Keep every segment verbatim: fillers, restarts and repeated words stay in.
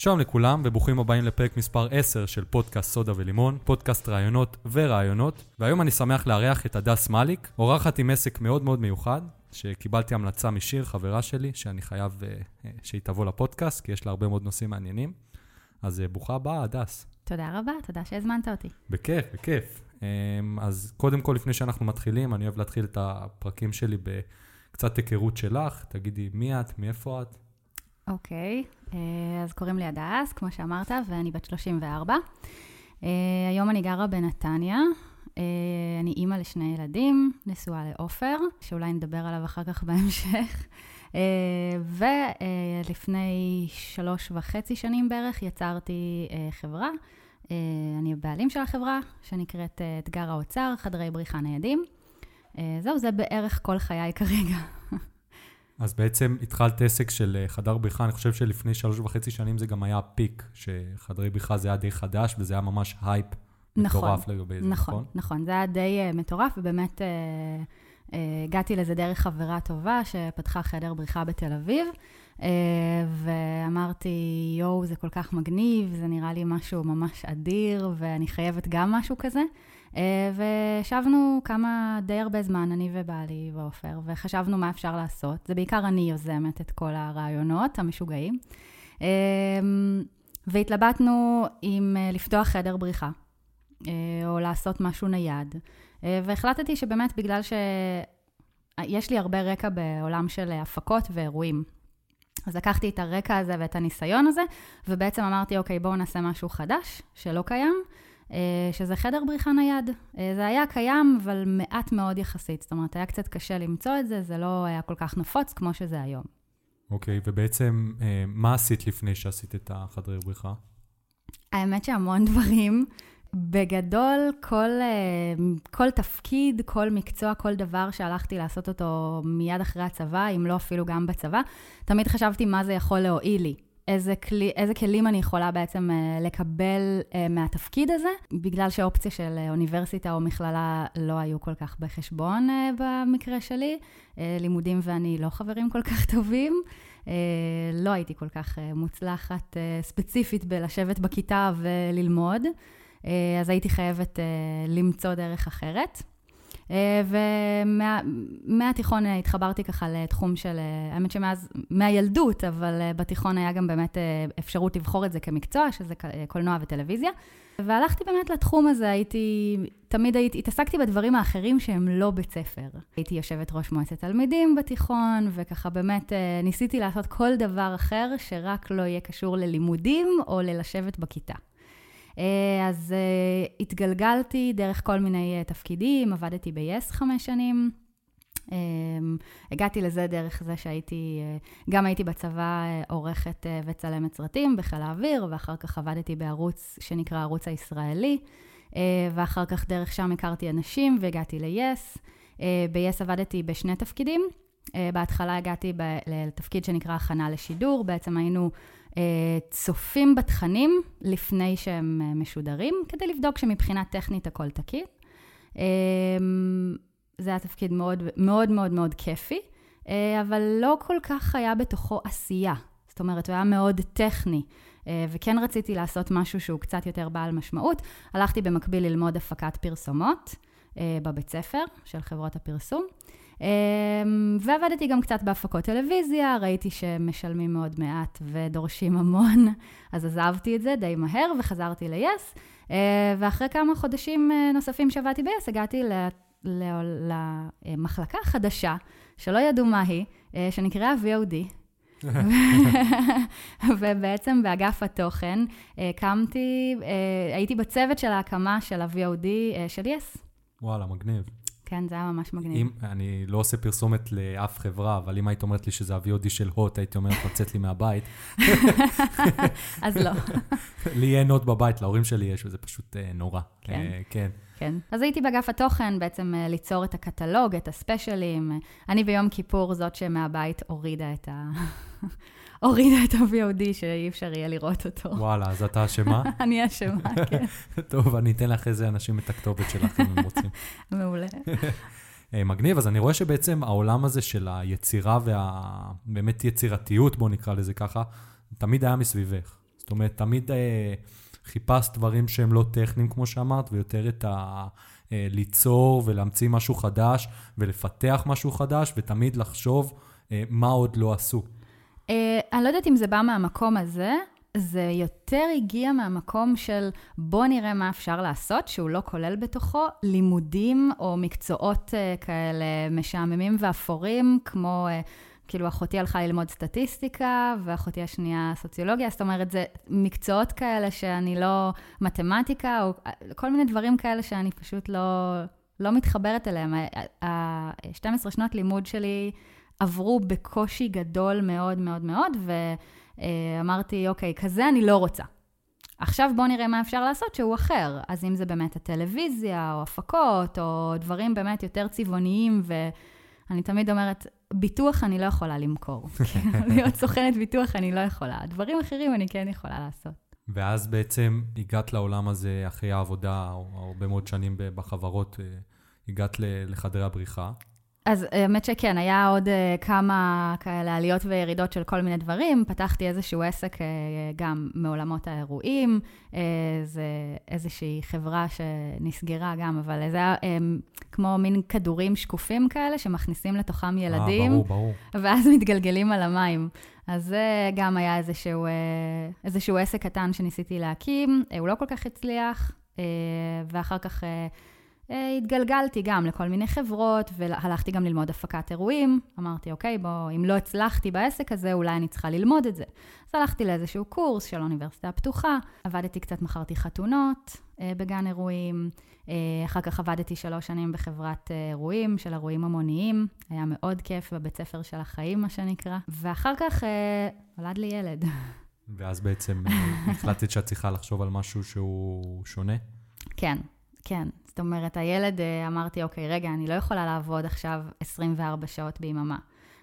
שלום לכולם וברוכים הבאים לפרק מספר עשר של פודקאסט סודה ולימון, פודקאסט רעיונות ורעיונות, והיום אני שמח לארח את הדס מליק, אורחת עם עסק מאוד מאוד מיוחד, שקיבלתי המלצה משיר, חברה שלי, שאני חייב uh, שהיא תבוא לפודקאסט, כי יש לה הרבה מאוד נושאים מעניינים. אז uh, ברוכה הבאה, הדס. תודה רבה, תודה שהזמנת אותי. בכיף, בכיף. Um, אז קודם כל, לפני שאנחנו מתחילים, אני אוהב להתחיל את הפרקים שלי בקצת היכרות שלך. תגידי מי את, מאיפה את? אוקיי, אז קוראים לי הדס, כמו שאמרת, ואני בת שלושים וארבע. היום אני גרה בנתניה. אני אימא לשני ילדים, נשואה לאופר, שאולי נדבר עליו אחר כך בהמשך. ולפני שלוש וחצי שנים בערך יצרתי חברה. אני הבעלים של החברה, שנקראת אתגר האוצר, חדרי בריחה ניידים. זהו, זה בערך כל חיי כרגע. אז בעצם התחלת עסק של חדר בריחה, אני חושב שלפני שלוש וחצי שנים זה גם היה פיק, שחדרי בריחה זה היה די חדש, וזה היה ממש הייפ מטורף לגבי זה, נכון? נכון, נכון, זה היה די מטורף, ובאמת הגעתי לזה דרך חברה טובה, שפתחה חדר בריחה בתל אביב, ואמרתי, יואו, זה כל כך מגניב, זה נראה לי משהו ממש אדיר, ואני חייבת גם משהו כזה. ושבנו כמה די הרבה זמן, אני ובעלי ואופר, וחשבנו מה אפשר לעשות. זה בעיקר אני יוזמת את כל הרעיונות המשוגעים. והתלבטנו עם לפתוח חדר בריחה, או לעשות משהו נייד. והחלטתי שבאמת בגלל שיש לי הרבה רקע בעולם של הפקות ואירועים, אז לקחתי את הרקע הזה ואת הניסיון הזה, ובעצם אמרתי, אוקיי, בואו נעשה משהו חדש, שלא קיים, שזה חדר בריחה נייד. זה היה קיים, אבל מעט מאוד יחסית. זאת אומרת, היה קצת קשה למצוא את זה, זה לא היה כל כך נפוץ כמו שזה היום. אוקיי, ובעצם, מה עשית לפני שעשית את החדרי בריחה? האמת שהמון דברים. בגדול, כל, כל תפקיד, כל מקצוע, כל דבר שהלכתי לעשות אותו מיד אחרי הצבא, אם לא אפילו גם בצבא, תמיד חשבתי מה זה יכול להועיל לי. איזה, כלי, איזה כלים אני יכולה בעצם לקבל מהתפקיד הזה, בגלל שהאופציה של אוניברסיטה או מכללה לא היו כל כך בחשבון במקרה שלי. לימודים ואני לא חברים כל כך טובים. לא הייתי כל כך מוצלחת ספציפית בלשבת בכיתה וללמוד. אז הייתי חייבת למצוא דרך אחרת. ומהתיכון התחברתי ככה לתחום של, האמת שמאז, מהילדות, אבל בתיכון היה גם באמת אפשרות לבחור את זה כמקצוע, שזה קולנוע וטלוויזיה. והלכתי באמת לתחום הזה, הייתי, תמיד הייתי, התעסקתי בדברים האחרים שהם לא בית ספר. הייתי יושבת ראש מועצת תלמידים בתיכון, וככה באמת ניסיתי לעשות כל דבר אחר, שרק לא יהיה קשור ללימודים או ללשבת בכיתה. אז uh, התגלגלתי דרך כל מיני uh, תפקידים, עבדתי ב-יס חמש שנים, um, הגעתי לזה דרך זה שהייתי, uh, גם הייתי בצבא uh, עורכת uh, וצלמת סרטים בחיל האוויר, ואחר כך עבדתי בערוץ שנקרא ערוץ הישראלי, uh, ואחר כך דרך שם הכרתי אנשים והגעתי ל-יס. Uh, ב-יס עבדתי בשני תפקידים, uh, בהתחלה הגעתי ב- לתפקיד שנקרא הכנה לשידור, בעצם היינו צופים בתכנים לפני שהם משודרים, כדי לבדוק שמבחינה טכנית הכל תקין. זה היה תפקיד מאוד מאוד מאוד מאוד כיפי, אבל לא כל כך היה בתוכו עשייה. זאת אומרת, הוא היה מאוד טכני, וכן רציתי לעשות משהו שהוא קצת יותר בעל משמעות. הלכתי במקביל ללמוד הפקת פרסומות בבית ספר של חברות הפרסום, ועבדתי גם קצת בהפקות טלוויזיה, ראיתי שמשלמים מאוד מעט ודורשים המון, אז עזבתי את זה די מהר וחזרתי ל-יס, ואחרי כמה חודשים נוספים שעבדתי ב-יס, הגעתי למחלקה חדשה, שלא ידעו מה היא, שנקראה וי או די, ובעצם באגף התוכן קמתי, הייתי בצוות של ההקמה של ה-וי או די של יס. וואלה, מגניב. כן, זה היה ממש מגניב. אם, אני לא עושה פרסומת לאף חברה, אבל אם היית אומרת לי שזה ה-וי או די של הוט, הייתי אומרת לצאת לי מהבית. אז לא. לי אין הוט בבית, להורים שלי יש, וזה פשוט נורא. כן. כן. כן. אז הייתי באגף התוכן, בעצם ליצור את הקטלוג, את הספיישלים. אני ביום כיפור זאת שמהבית הורידה את ה... הורידה את ה-וי או די, שאי אפשר יהיה לראות אותו. וואלה, אז אתה אשמה? אני אשמה, כן. טוב, אני אתן לך איזה אנשים את הכתובת שלך, אם הם רוצים. מעולה. מגניב, אז אני רואה שבעצם העולם הזה של היצירה והבאמת יצירתיות, בוא נקרא לזה ככה, תמיד היה מסביבך. זאת אומרת, תמיד אה, חיפשת דברים שהם לא טכניים, כמו שאמרת, ויותר את ה... אה, ליצור ולהמציא משהו חדש, ולפתח משהו חדש, ותמיד לחשוב אה, מה עוד לא עשו. אה, אני לא יודעת אם זה בא מהמקום הזה, זה יותר הגיע מהמקום של בוא נראה מה אפשר לעשות, שהוא לא כולל בתוכו לימודים או מקצועות uh, כאלה משעממים ואפורים, כמו uh, כאילו אחותי הלכה ללמוד סטטיסטיקה, ואחותי השנייה סוציולוגיה, זאת אומרת, זה מקצועות כאלה שאני לא, מתמטיקה, או כל מיני דברים כאלה שאני פשוט לא, לא מתחברת אליהם. ה-שתים עשרה שנות לימוד שלי עברו בקושי גדול מאוד מאוד מאוד, ו... אמרתי, אוקיי, כזה אני לא רוצה. עכשיו בוא נראה מה אפשר לעשות שהוא אחר. אז אם זה באמת הטלוויזיה, או הפקות, או דברים באמת יותר צבעוניים, ואני תמיד אומרת, ביטוח אני לא יכולה למכור. להיות סוכנת ביטוח אני לא יכולה. דברים אחרים אני כן יכולה לעשות. ואז בעצם הגעת לעולם הזה אחרי העבודה, או הרבה מאוד שנים בחברות, הגעת לחדרי הבריחה. אז האמת שכן, היה עוד כמה כאלה עליות וירידות של כל מיני דברים. פתחתי איזשהו עסק גם מעולמות האירועים, זה איזושהי חברה שנסגרה גם, אבל זה היה כמו מין כדורים שקופים כאלה שמכניסים לתוכם ילדים, ברור, ברור. ואז מתגלגלים על המים. אז זה גם היה איזשהו, איזשהו עסק קטן שניסיתי להקים, הוא לא כל כך הצליח, ואחר כך... התגלגלתי גם לכל מיני חברות, והלכתי גם ללמוד הפקת אירועים. אמרתי, אוקיי, בוא, אם לא הצלחתי בעסק הזה, אולי אני צריכה ללמוד את זה. אז הלכתי לאיזשהו קורס של האוניברסיטה הפתוחה, עבדתי קצת, מכרתי חתונות אה, בגן אירועים, אה, אחר כך עבדתי שלוש שנים בחברת אה, אירועים, של אירועים המוניים, היה מאוד כיף בבית ספר של החיים, מה שנקרא, ואחר כך אה, הולד לי ילד. ואז בעצם החלטת שאת צריכה לחשוב על משהו שהוא שונה? כן. כן, זאת אומרת, הילד, אמרתי, אוקיי, רגע, אני לא יכולה לעבוד עכשיו עשרים וארבע שעות ביממה.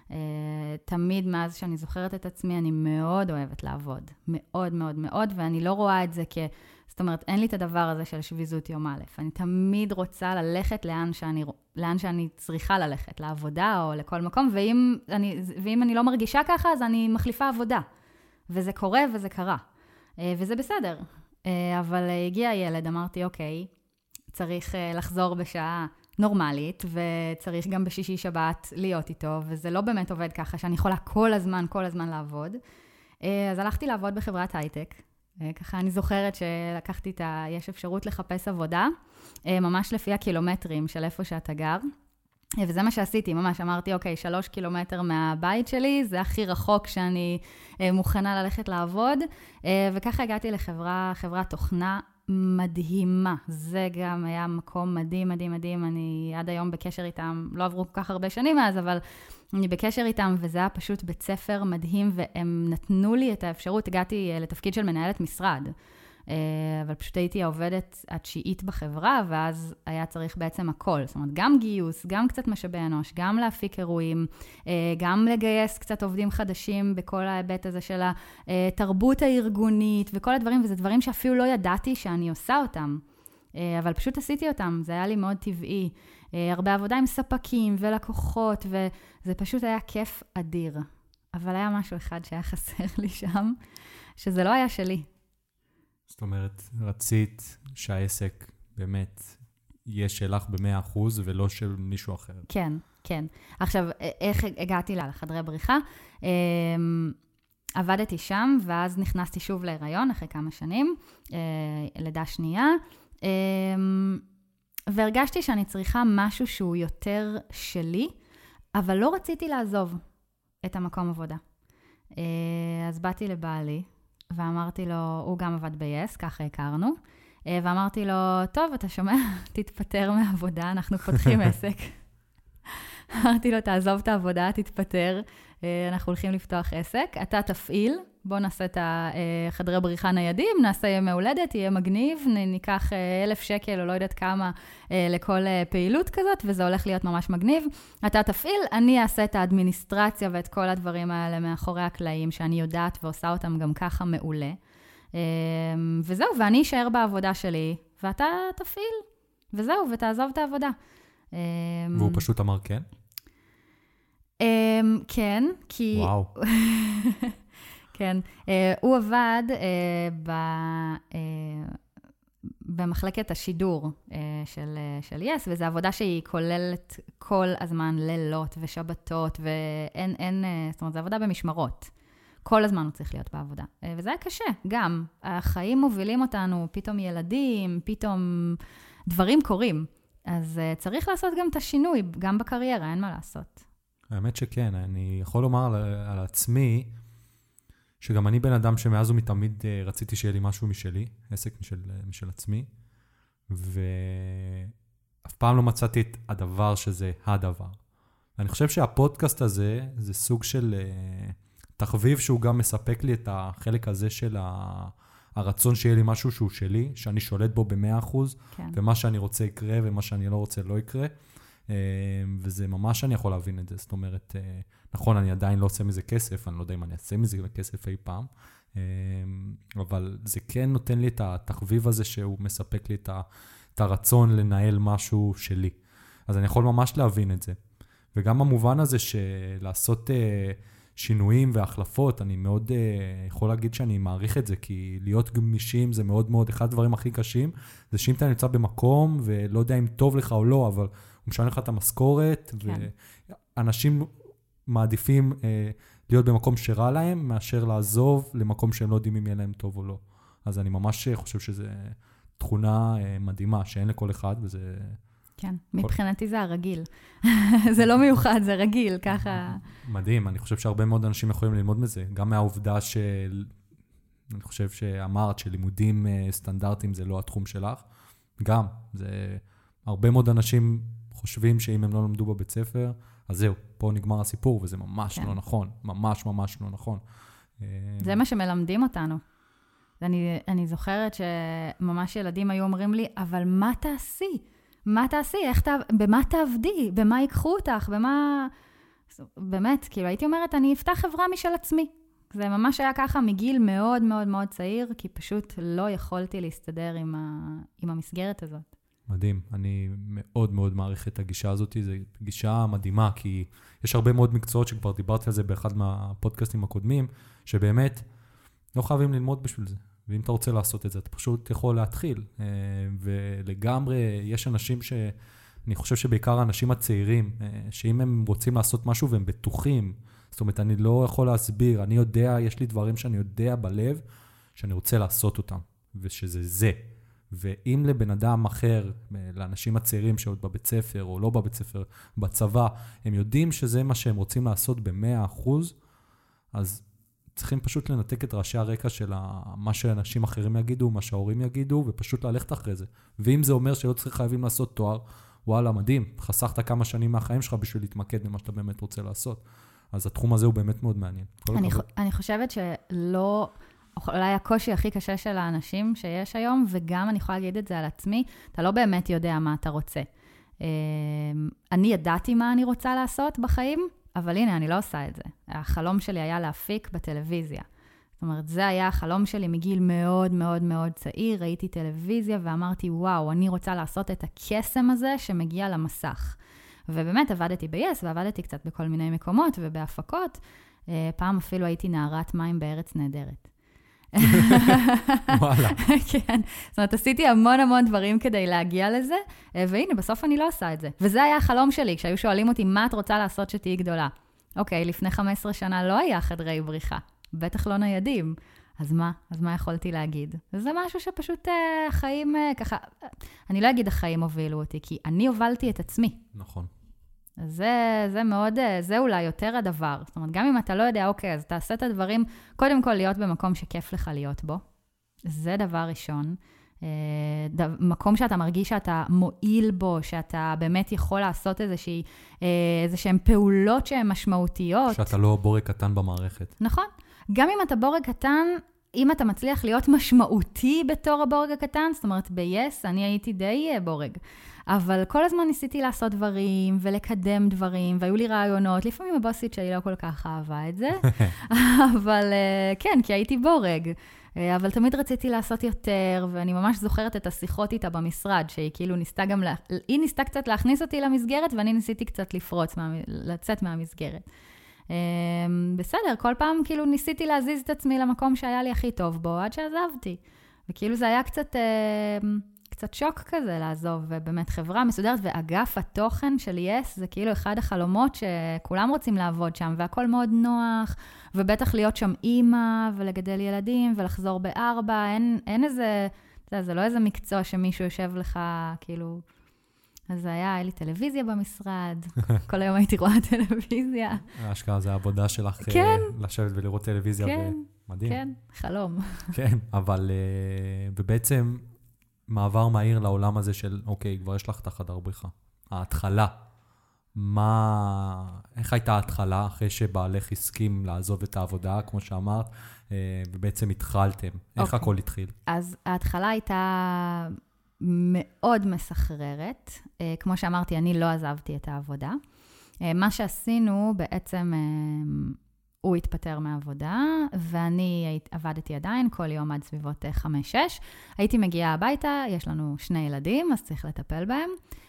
תמיד מאז שאני זוכרת את עצמי, אני מאוד אוהבת לעבוד. מאוד מאוד מאוד, ואני לא רואה את זה כ... זאת אומרת, אין לי את הדבר הזה של שביזות יום א'. אני תמיד רוצה ללכת לאן שאני, לאן שאני צריכה ללכת, לעבודה או לכל מקום, ואם אני, ואם אני לא מרגישה ככה, אז אני מחליפה עבודה. וזה קורה וזה קרה. וזה בסדר. אבל הגיע הילד, אמרתי, אוקיי, צריך לחזור בשעה נורמלית, וצריך גם בשישי שבת להיות איתו, וזה לא באמת עובד ככה, שאני יכולה כל הזמן, כל הזמן לעבוד. אז הלכתי לעבוד בחברת הייטק. ככה אני זוכרת שלקחתי את ה... יש אפשרות לחפש עבודה, ממש לפי הקילומטרים של איפה שאתה גר. וזה מה שעשיתי, ממש אמרתי, אוקיי, שלוש קילומטר מהבית שלי, זה הכי רחוק שאני מוכנה ללכת לעבוד, וככה הגעתי לחברה, חברת תוכנה מדהימה. זה גם היה מקום מדהים, מדהים, מדהים. אני עד היום בקשר איתם, לא עברו כל כך הרבה שנים אז, אבל אני בקשר איתם, וזה היה פשוט בית ספר מדהים, והם נתנו לי את האפשרות, הגעתי לתפקיד של מנהלת משרד, אבל פשוט הייתי העובדת התשיעית בחברה, ואז היה צריך בעצם הכל. זאת אומרת, גם גיוס, גם קצת משאבי אנוש, גם להפיק אירועים, גם לגייס קצת עובדים חדשים בכל ההיבט הזה של התרבות הארגונית, וכל הדברים, וזה דברים שאפילו לא ידעתי שאני עושה אותם. אבל פשוט עשיתי אותם, זה היה לי מאוד טבעי. הרבה עבודה עם ספקים ולקוחות, וזה פשוט היה כיף אדיר. אבל היה משהו אחד שהיה חסר לי שם, שזה לא היה שלי. זאת אומרת, רצית שהעסק באמת יהיה שלך ב-מאה אחוז ולא של מישהו אחר. כן, כן. עכשיו, איך הגעתי לחדרי בריחה? עבדתי שם, ואז נכנסתי שוב להיריון אחרי כמה שנים, לידה שנייה, והרגשתי שאני צריכה משהו שהוא יותר שלי, אבל לא רציתי לעזוב את המקום עבודה. אז באתי לבעלי, ואמרתי לו, הוא גם עבד ב-יס, ככה הכרנו, ואמרתי לו, טוב, אתה שומע? תתפטר מהעבודה, אנחנו פותחים עסק. אמרתי לו, תעזוב את העבודה, תתפטר, אנחנו הולכים לפתוח עסק, אתה תפעיל, בוא נעשה את החדרי בריחה ניידים, נעשה ימי הולדת, יהיה מגניב, ניקח אלף שקל או לא יודעת כמה לכל פעילות כזאת, וזה הולך להיות ממש מגניב. אתה תפעיל, אני אעשה את האדמיניסטרציה ואת כל הדברים האלה מאחורי הקלעים, שאני יודעת ועושה אותם גם ככה מעולה. וזהו, ואני אשאר בעבודה שלי, ואתה תפעיל, וזהו, ותעזוב את העבודה. והוא פשוט אמר כן? כן, כי... וואו. כן. הוא עבד במחלקת השידור של, של יס, וזו עבודה שהיא כוללת כל הזמן לילות ושבתות, ואין, אין, זאת אומרת, זו עבודה במשמרות. כל הזמן הוא צריך להיות בעבודה. וזה היה קשה, גם. החיים מובילים אותנו, פתאום ילדים, פתאום דברים קורים. אז צריך לעשות גם את השינוי, גם בקריירה, אין מה לעשות. האמת שכן, אני יכול לומר על, על עצמי, שגם אני בן אדם שמאז ומתמיד רציתי שיהיה לי משהו משלי, עסק משל, משל עצמי, ואף פעם לא מצאתי את הדבר שזה הדבר. ואני חושב שהפודקאסט הזה, זה סוג של תחביב שהוא גם מספק לי את החלק הזה של הרצון שיהיה לי משהו שהוא שלי, שאני שולט בו ב-מאה אחוז, כן. ומה שאני רוצה יקרה ומה שאני לא רוצה לא יקרה. וזה ממש אני יכול להבין את זה. זאת אומרת, נכון, אני עדיין לא עושה מזה כסף, אני לא יודע אם אני אעשה מזה כסף אי פעם, אבל זה כן נותן לי את התחביב הזה שהוא מספק לי את הרצון לנהל משהו שלי. אז אני יכול ממש להבין את זה. וגם המובן הזה שלעשות שינויים והחלפות, אני מאוד יכול להגיד שאני מעריך את זה, כי להיות גמישים זה מאוד מאוד, אחד הדברים הכי קשים, זה שאם אתה נמצא במקום ולא יודע אם טוב לך או לא, אבל הוא משנה לך את המשכורת, כן. ואנשים מעדיפים אה, להיות במקום שרע להם, מאשר לעזוב למקום שהם לא יודעים אם יהיה להם טוב או לא. אז אני ממש חושב שזו תכונה אה, מדהימה, שאין לכל אחד, וזה... כן, כל... מבחינתי זה הרגיל. זה לא מיוחד, זה רגיל, ככה... מדהים, אני חושב שהרבה מאוד אנשים יכולים ללמוד מזה, גם מהעובדה של... אני חושב שאמרת שלימודים סטנדרטיים זה לא התחום שלך, גם, זה... הרבה מאוד אנשים חושבים שאם הם לא למדו בבית ספר, אז זהו, פה נגמר הסיפור, וזה ממש כן. לא נכון, ממש ממש לא נכון. זה מה שמלמדים אותנו. אני, אני זוכרת שממש ילדים היו אומרים לי, אבל מה תעשי? מה תעשי? איך ת... במה תעבדי? במה ייקחו אותך? במה... באמת, כאילו הייתי אומרת, אני אפתח חברה משל עצמי. זה ממש היה ככה מגיל מאוד מאוד מאוד צעיר, כי פשוט לא יכולתי להסתדר עם, ה... עם המסגרת הזאת. מדהים, אני מאוד מאוד מעריך את הגישה הזאת, זו גישה מדהימה, כי יש הרבה מאוד מקצועות שכבר דיברתי על זה באחד מהפודקאסטים הקודמים, שבאמת לא חייבים ללמוד בשביל זה, ואם אתה רוצה לעשות את זה, אתה פשוט יכול להתחיל, ולגמרי יש אנשים שאני חושב שבעיקר האנשים הצעירים, שאם הם רוצים לעשות משהו והם בטוחים, זאת אומרת, אני לא יכול להסביר, אני יודע, יש לי דברים שאני יודע בלב, שאני רוצה לעשות אותם, ושזה זה. ואם לבן אדם אחר, לאנשים הצעירים שעוד בבית ספר או לא בבית ספר, בצבא, הם יודעים שזה מה שהם רוצים לעשות ב-מאה אחוז, אז צריכים פשוט לנתק את ראשי הרקע של מה שאנשים אחרים יגידו, מה שההורים יגידו, ופשוט ללכת אחרי זה. ואם זה אומר שלא צריך חייבים לעשות תואר, וואלה, מדהים, חסכת כמה שנים מהחיים שלך בשביל להתמקד במה שאתה באמת רוצה לעשות. אז התחום הזה הוא באמת מאוד מעניין. אני, אני חושבת שלא... אולי הקושי הכי קשה של האנשים שיש היום, וגם אני יכולה להגיד את זה על עצמי, אתה לא באמת יודע מה אתה רוצה. אני ידעתי מה אני רוצה לעשות בחיים, אבל הנה, אני לא עושה את זה. החלום שלי היה להפיק בטלוויזיה. זאת אומרת, זה היה החלום שלי מגיל מאוד מאוד מאוד צעיר, ראיתי טלוויזיה ואמרתי, וואו, אני רוצה לעשות את הקסם הזה שמגיע למסך. ובאמת עבדתי ב-יס, ועבדתי קצת בכל מיני מקומות ובהפקות. פעם אפילו הייתי נערת מים בארץ נהדרת. וואלה. כן, זאת אומרת, עשיתי המון המון דברים כדי להגיע לזה, והנה, בסוף אני לא עושה את זה. וזה היה החלום שלי, כשהיו שואלים אותי, מה את רוצה לעשות שתהי גדולה? אוקיי, לפני חמש עשרה שנה לא היה חדרי בריחה, בטח לא ניידים. אז מה? אז מה יכולתי להגיד? וזה משהו שפשוט אה, החיים, אה, ככה, אני לא אגיד החיים הובילו אותי, כי אני הובלתי את עצמי. נכון. זה, זה מאוד, זה אולי יותר הדבר. זאת אומרת, גם אם אתה לא יודע, אוקיי, אז תעשה את הדברים, קודם כל להיות במקום שכיף לך להיות בו. זה דבר ראשון. מקום שאתה מרגיש שאתה מועיל בו, שאתה באמת יכול לעשות איזושהי, איזשהם פעולות שהן משמעותיות. שאתה לא בורג קטן במערכת. נכון. גם אם אתה בורג קטן, אם אתה מצליח להיות משמעותי בתור הבורג הקטן, זאת אומרת, ב-יס אני הייתי די בורג. אבל כל הזמן ניסיתי לעשות דברים ולקדם דברים, והיו לי רעיונות, לפעמים הבוסית שלי לא כל כך אהבה את זה, אבל כן, כי הייתי בורג. אבל תמיד רציתי לעשות יותר, ואני ממש זוכרת את השיחות איתה במשרד, שהיא כאילו ניסתה גם, לה... היא ניסתה קצת להכניס אותי למסגרת, ואני ניסיתי קצת לפרוץ, מה... לצאת מהמסגרת. בסדר, כל פעם כאילו ניסיתי להזיז את עצמי למקום שהיה לי הכי טוב בו, עד שעזבתי. וכאילו זה היה קצת, קצת שוק כזה לעזוב, ובאמת חברה מסודרת, ואגף התוכן של יס, זה כאילו אחד החלומות שכולם רוצים לעבוד שם, והכל מאוד נוח, ובטח להיות שם אימא, ולגדל ילדים, ולחזור בארבע, אין, אין איזה, זה, זה לא איזה מקצוע שמישהו יושב לך, כאילו... אז זה היה, היה לי טלוויזיה במשרד, כל היום הייתי רואה טלוויזיה. ההשקעה זה העבודה שלך כן. לשבת ולראות טלוויזיה, כן, מדהים. כן, חלום. כן, אבל ובעצם מעבר מהיר לעולם הזה של, אוקיי, כבר יש לך את החדר בריחה. ההתחלה, מה, איך הייתה ההתחלה אחרי שבעלך הסכים לעזוב את העבודה, כמו שאמרת, ובעצם התחלתם? איך הכל התחיל? אז ההתחלה הייתה... מאוד מסחררת. כמו שאמרתי, אני לא עזבתי את העבודה. מה שעשינו, בעצם הוא התפטר מהעבודה, ואני עבדתי עדיין כל יום עד סביבות חמש שש. הייתי מגיעה הביתה, יש לנו שני ילדים, אז צריך לטפל בהם.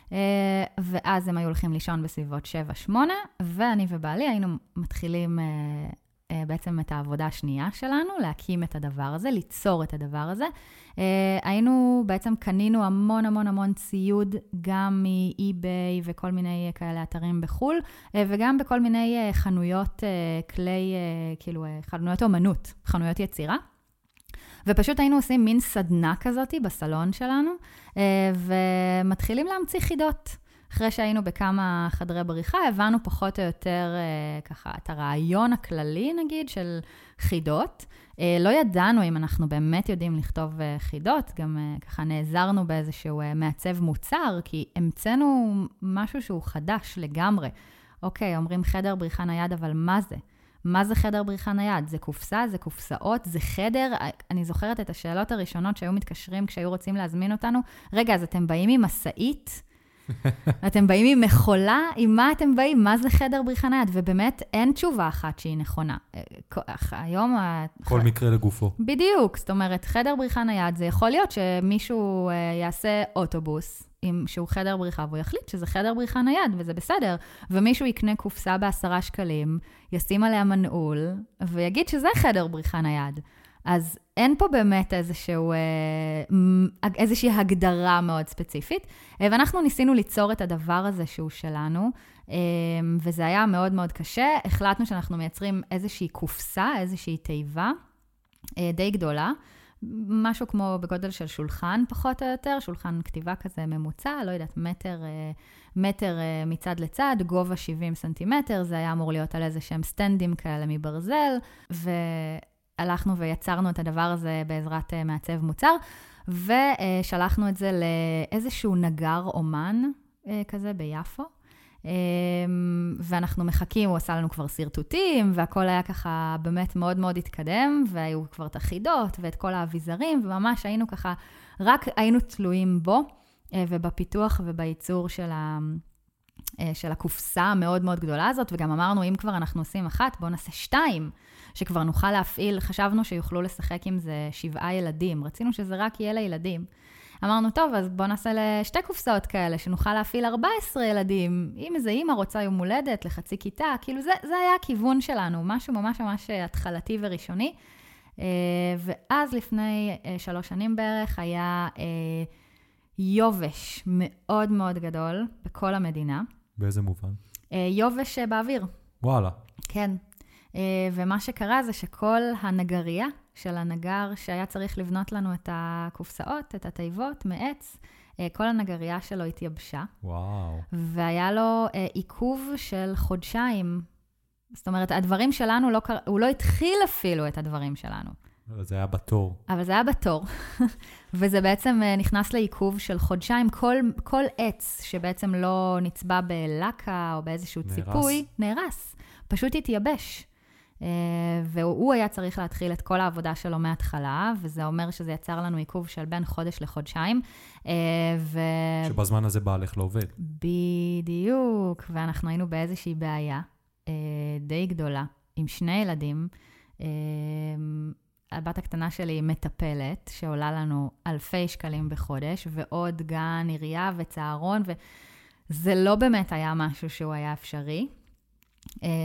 ואז הם היו הולכים לישון בסביבות שבע שמונה, ואני ובעלי היינו מתחילים בעצם את העבודה השנייה שלנו, להקים את הדבר הזה, ליצור את הדבר הזה. היינו, בעצם קנינו המון המון המון ציוד, גם מאי-ביי וכל מיני כאלה אתרים בחול, וגם בכל מיני חנויות כלי, כאילו חנויות אומנות, חנויות יצירה. ופשוט היינו עושים מין סדנה כזאת בסלון שלנו, ומתחילים להמציא חידות. אחרי שהיינו בכמה חדרי בריחה, הבנו פחות או יותר ככה את הרעיון הכללי, נגיד, של חידות. לא ידענו אם אנחנו באמת יודעים לכתוב חידות, גם ככה נעזרנו באיזשהו מעצב מוצר, כי המצאנו משהו שהוא חדש לגמרי. אוקיי, אומרים חדר בריחה נייד, אבל מה זה? מה זה חדר בריחה נייד? זה קופסה, זה קופסאות, זה חדר? אני זוכרת את השאלות הראשונות שהיו מתקשרים כשהיו רוצים להזמין אותנו. רגע, אז אתם באים עם מסעית? אתם באים עם מכולה? עם מה אתם באים? מה זה חדר בריחה נייד? ובאמת אין תשובה אחת שהיא נכונה. היום... כל מקרה לגופו. בדיוק. זאת אומרת, חדר בריחה נייד, זה יכול להיות שמישהו יעשה אוטובוס, שהוא חדר בריחה, והוא יחליט שזה חדר בריחה נייד, וזה בסדר. ומישהו יקנה קופסה בעשרה שקלים, ישים עליה מנעול, ויגיד שזה חדר בריחה נייד. אז אין פה באמת איזשהו, איזושהי הגדרה מאוד ספציפית, ואנחנו ניסינו ליצור את הדבר הזה שהוא שלנו, וזה היה מאוד מאוד קשה. החלטנו שאנחנו מייצרים איזושהי קופסה, איזושהי תיבה, די גדולה, משהו כמו בגודל של שולחן פחות או יותר, שולחן כתיבה כזה ממוצע, לא יודעת, מטר, מטר מצד לצד, גובה שבעים סנטימטר, זה היה אמור להיות על איזה שהם סטנדים כאלה מברזל, ו... הלכנו ויצרנו את הדבר הזה בעזרת מעצב מוצר, ושלחנו את זה לאיזשהו נגר אומן כזה ביפו, ואנחנו מחכים, הוא עשה לנו כבר סרטוטים, והכל היה ככה באמת מאוד מאוד התקדם, והיו כבר את החידות ואת כל האביזרים, וממש היינו ככה, רק היינו תלויים בו, ובפיתוח ובייצור של ה... של הקופסה המאוד מאוד גדולה הזאת, וגם אמרנו, אם כבר אנחנו עושים אחת, בואו נעשה שתיים, שכבר נוכל להפעיל, חשבנו שיוכלו לשחק עם זה שבעה ילדים, רצינו שזה רק יהיה לילדים. אמרנו, טוב, אז בואו נעשה לשתי קופסאות כאלה, שנוכל להפעיל ארבעה עשר ילדים, אם איזה אימא רוצה יום הולדת לחצי כיתה, כאילו זה, זה היה הכיוון שלנו, משהו ממש ממש התחלתי וראשוני, ואז לפני שלוש שנים בערך היה יובש מאוד מאוד גדול בכל המדינה. באיזה מובן? יובש באוויר. וואלה. כן. ומה שקרה זה שכל הנגריה של הנגר שהיה צריך לבנות לנו את הקופסאות, את התיבות מעץ, כל הנגריה שלו התייבשה. וואו. והיה לו עיכוב של חודשיים. זאת אומרת, הדברים שלנו, לא קר... הוא לא התחיל אפילו את הדברים שלנו. אבל זה היה בתור. אבל זה היה בתור. וזה בעצם נכנס לעיכוב של חודשיים. כל, כל עץ שבעצם לא נצבע בלקה או באיזשהו נרס. ציפוי, נהרס. פשוט התייבש. והוא היה צריך להתחיל את כל העבודה שלו מההתחלה, וזה אומר שזה יצר לנו עיכוב של בין חודש לחודשיים. ו... שבזמן הזה בעלך לא עובד. בדיוק. ואנחנו היינו באיזושהי בעיה די גדולה, עם שני ילדים. הבת הקטנה שלי מטפלת, שעולה לנו אלפי שקלים בחודש, ועוד גן, עירייה וצהרון, וזה לא באמת היה משהו שהוא היה אפשרי.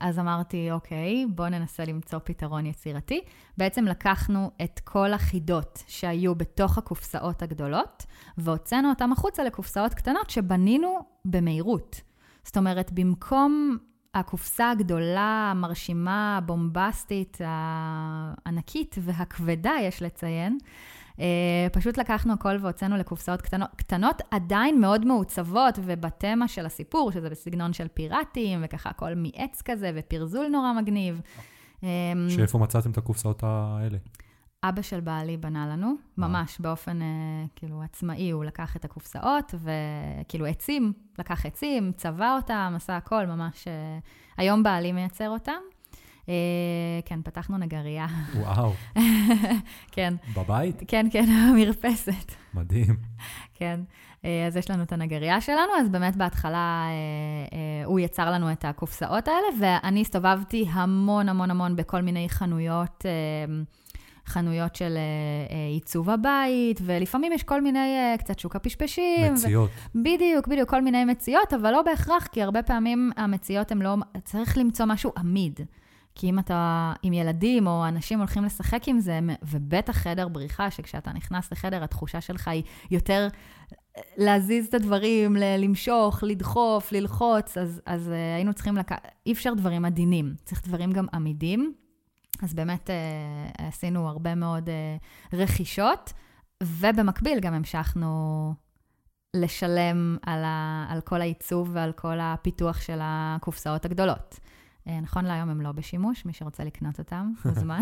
אז אמרתי, אוקיי, בוא ננסה למצוא פתרון יצירתי. בעצם לקחנו את כל החידות שהיו בתוך הקופסאות הגדולות, והוצאנו אותם החוצה לקופסאות קטנות שבנינו במהירות. זאת אומרת, במקום הקופסה הגדולה, המרשימה, הבומבסטית, הענקית והכבדה, יש לציין, פשוט לקחנו הכל והוצאנו לקופסאות קטנות, קטנות, עדיין מאוד מעוצבות, ובתמה של הסיפור, שזה בסגנון של פיראטים, וככה הכל מעץ כזה, ופרזול נורא מגניב. שאיפה מצאתם את הקופסאות האלה? אבא של בעלי בנה לנו, ממש באופן כאילו עצמאי, הוא לקח את הקופסאות, וכאילו עצים, לקח עצים, צבע אותם, עשה הכל, ממש, היום בעלי מייצר אותם. כן, פתחנו נגריה. וואו. כן. בבית? כן, כן, המרפסת. מדהים. כן. אז יש לנו את הנגריה שלנו, אז באמת בהתחלה הוא יצר לנו את הקופסאות האלה, ואני הסתובבתי המון המון המון בכל מיני חנויות, חנויות של עיצוב הבית, ולפעמים יש כל מיני, קצת שוק הפשפשים. מציאות. ו... בדיוק, בדיוק, כל מיני מציאות, אבל לא בהכרח, כי הרבה פעמים המציאות הם לא, צריך למצוא משהו עמיד. כי אם אתה עם ילדים או אנשים הולכים לשחק עם זה, ובטח חדר בריחה, שכשאתה נכנס לחדר, התחושה שלך היא יותר להזיז את הדברים, למשוך, לדחוף, ללחוץ, אז, אז היינו צריכים לק... אי אפשר דברים עדינים, צריך דברים גם עמידים. אז באמת עשינו הרבה מאוד רכישות, ובמקביל גם המשכנו לשלם על, ה... על כל העיצוב ועל כל הפיתוח של הקופסאות הגדולות. נכון להיום הם לא בשימוש, מי שרוצה לקנות אותם, בזמן.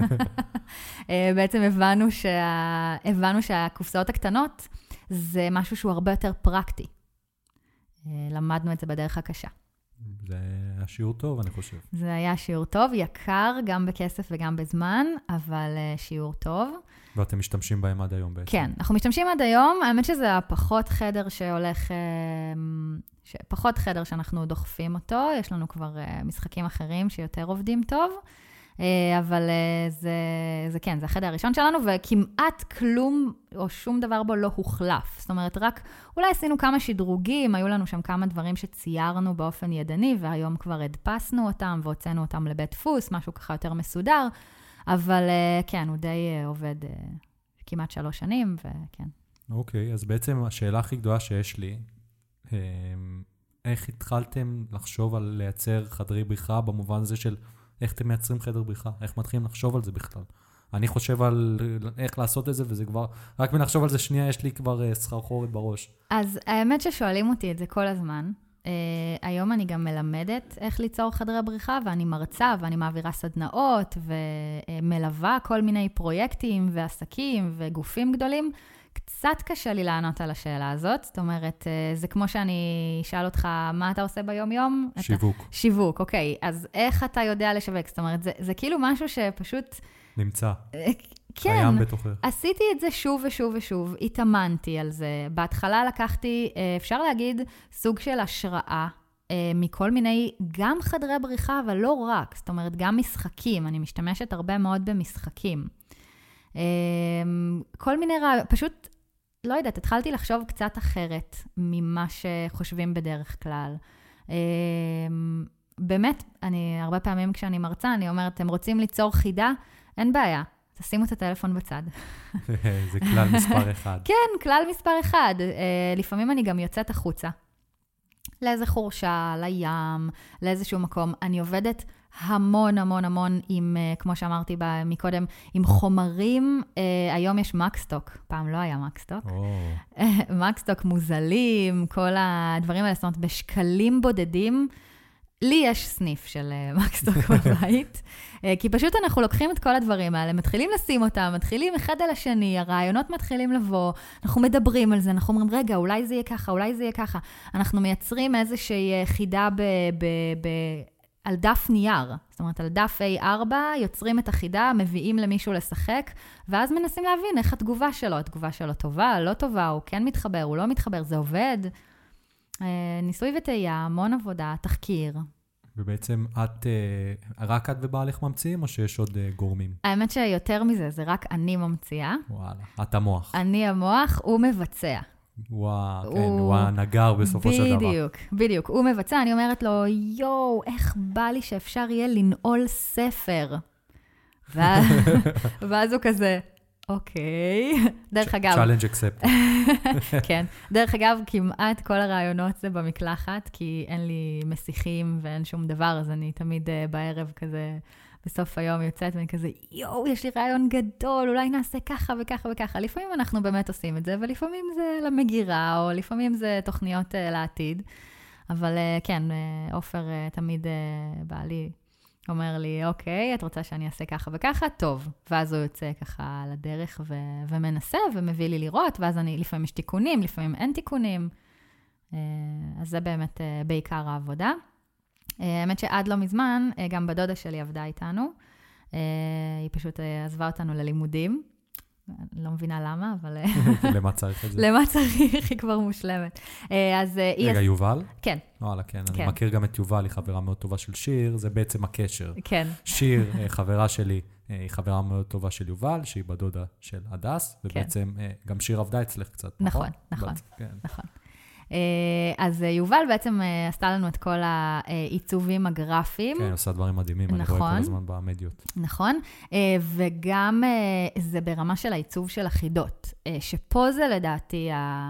בעצם הבנו, שה... הבנו שהקופסאות הקטנות זה משהו שהוא הרבה יותר פרקטי. למדנו את זה בדרך הקשה. זה היה שיעור טוב, אני חושב. זה היה שיעור טוב, יקר, גם בכסף וגם בזמן, אבל שיעור טוב. ואתם משתמשים בהם עד היום בעצם. כן, אנחנו משתמשים עד היום, האמת שזה הפחות חדר שהולך... פחות חדר שאנחנו דוחפים אותו, יש לנו כבר משחקים אחרים שיותר עובדים טוב, אבל זה, זה כן, זה החדר הראשון שלנו, וכמעט כלום או שום דבר בו לא הוחלף. זאת אומרת, רק אולי עשינו כמה שדרוגים, היו לנו שם כמה דברים שציירנו באופן ידני, והיום כבר הדפסנו אותם והוצאנו אותם לבית דפוס, משהו ככה יותר מסודר, אבל כן, הוא די עובד כמעט שלוש שנים, וכן. אוקיי, אז בעצם השאלה הכי גדולה שיש לי, איך התחלתם לחשוב על לייצר חדרי בריחה, במובן הזה של איך אתם מייצרים חדר בריחה, איך מתחילים לחשוב על זה בכלל. אני חושב על איך לעשות את זה, וזה כבר, רק מלחשוב על זה שנייה, יש לי כבר סחרחורת בראש. אז האמת ששואלים אותי את זה כל הזמן. Uh, היום אני גם מלמדת איך ליצור חדרי בריחה, ואני מרצה, ואני מעבירה סדנאות, ומלווה כל מיני פרויקטים ועסקים וגופים גדולים. קצת קשה לי לענות על השאלה הזאת, זאת אומרת, זה כמו שאני אשאל אותך, מה אתה עושה ביום-יום? שיווק. אתה... שיווק, אוקיי. אז איך אתה יודע לשווק? זאת אומרת, זה, זה כאילו משהו שפשוט... נמצא. כן. קיים בתוכך. עשיתי את זה שוב ושוב ושוב, התאמנתי על זה. בהתחלה לקחתי, אפשר להגיד, סוג של השראה, מכל מיני, גם חדרי בריחה, אבל לא רק. זאת אומרת, גם משחקים. אני משתמשת הרבה מאוד במשחקים. כל מיני רעיון, פשוט, לא יודעת, התחלתי לחשוב קצת אחרת ממה שחושבים בדרך כלל. באמת, אני, הרבה פעמים כשאני מרצה, אני אומרת, אתם רוצים ליצור חידה? אין בעיה, תשימו את הטלפון בצד. זה כלל מספר אחד. כן, כלל מספר אחד. לפעמים אני גם יוצאת החוצה. לאיזה חורשה, לים, לאיזשהו מקום. אני עובדת המון המון המון עם, כמו שאמרתי מקודם, עם חומרים. היום יש מקסטוק, פעם לא היה מקסטוק. Oh. מקסטוק מוזלים, כל הדברים האלה, זאת אומרת, בשקלים בודדים. לי יש סניף של מקסטוק בבית, כי פשוט אנחנו לוקחים את כל הדברים האלה, מתחילים לשים אותם, מתחילים אחד על השני, הרעיונות מתחילים לבוא, אנחנו מדברים על זה, אנחנו אומרים, רגע, אולי זה יהיה ככה, אולי זה יהיה ככה. אנחנו מייצרים איזושהי חידה ב... ב, ב על דף נייר, זאת אומרת, על דף איי ארבע, יוצרים את החידה, מביאים למישהו לשחק, ואז מנסים להבין איך התגובה שלו, התגובה שלו טובה, לא טובה, הוא כן מתחבר, הוא לא מתחבר, זה עובד. ניסוי וטעייה, המון עבודה, תחקיר. ובעצם את, רק את ובעלך ממציאים, או שיש עוד גורמים? האמת שיותר מזה, זה רק אני ממציאה. וואלה, את המוח. אני המוח, הוא מבצע. הוא, הוא... כן, הוא הנגר בסופו של דבר. בדיוק, בדיוק. הוא מבצע, אני אומרת לו, יואו, איך בא לי שאפשר יהיה לנעול ספר. ואז, ואז הוא כזה, אוקיי. דרך אגב... challenge accepted. כן. דרך אגב, כמעט כל הרעיונות זה במקלחת, כי אין לי מסיכים ואין שום דבר, אז אני תמיד בערב כזה... בסוף היום יוצאת ואני כזה, יואו, יש לי רעיון גדול, אולי נעשה ככה וככה וככה. לפעמים אנחנו באמת עושים את זה, ולפעמים זה למגירה, או לפעמים זה תוכניות uh, לעתיד. אבל uh, כן, uh, אופר uh, תמיד uh, בעלי אומר לי, אוקיי, את רוצה שאני אעשה ככה וככה? טוב. ואז הוא יוצא ככה לדרך ו- ומנסה ומביא לי לראות, ואז אני, לפעמים יש תיקונים, לפעמים אין תיקונים. Uh, אז זה באמת uh, בעיקר העבודה. האמת שעד לא מזמן, גם בדודה שלי עבדה איתנו. היא פשוט עזבה אותנו ללימודים. לא מבינה למה, אבל... למה צריך את זה? למה צריך, היא כבר מושלמת. אז היא... רגע, יובל? כן. וואלה, כן. אני מכיר גם את יובל, היא חברה מאוד טובה של שיר, זה בעצם הקשר. כן. שיר, חברה שלי, היא חברה מאוד טובה של יובל, שהיא בדודה של הדס, ובעצם גם שיר עבדה אצלך קצת, נכון? נכון, נכון. נכון. אז יובל בעצם עשתה לנו את כל העיצובים הגרפיים. כן, עושה דברים מדהימים, אני רואה כל הזמן במדיות. נכון, וגם זה ברמה של העיצוב של החידות, שפה זה לדעתי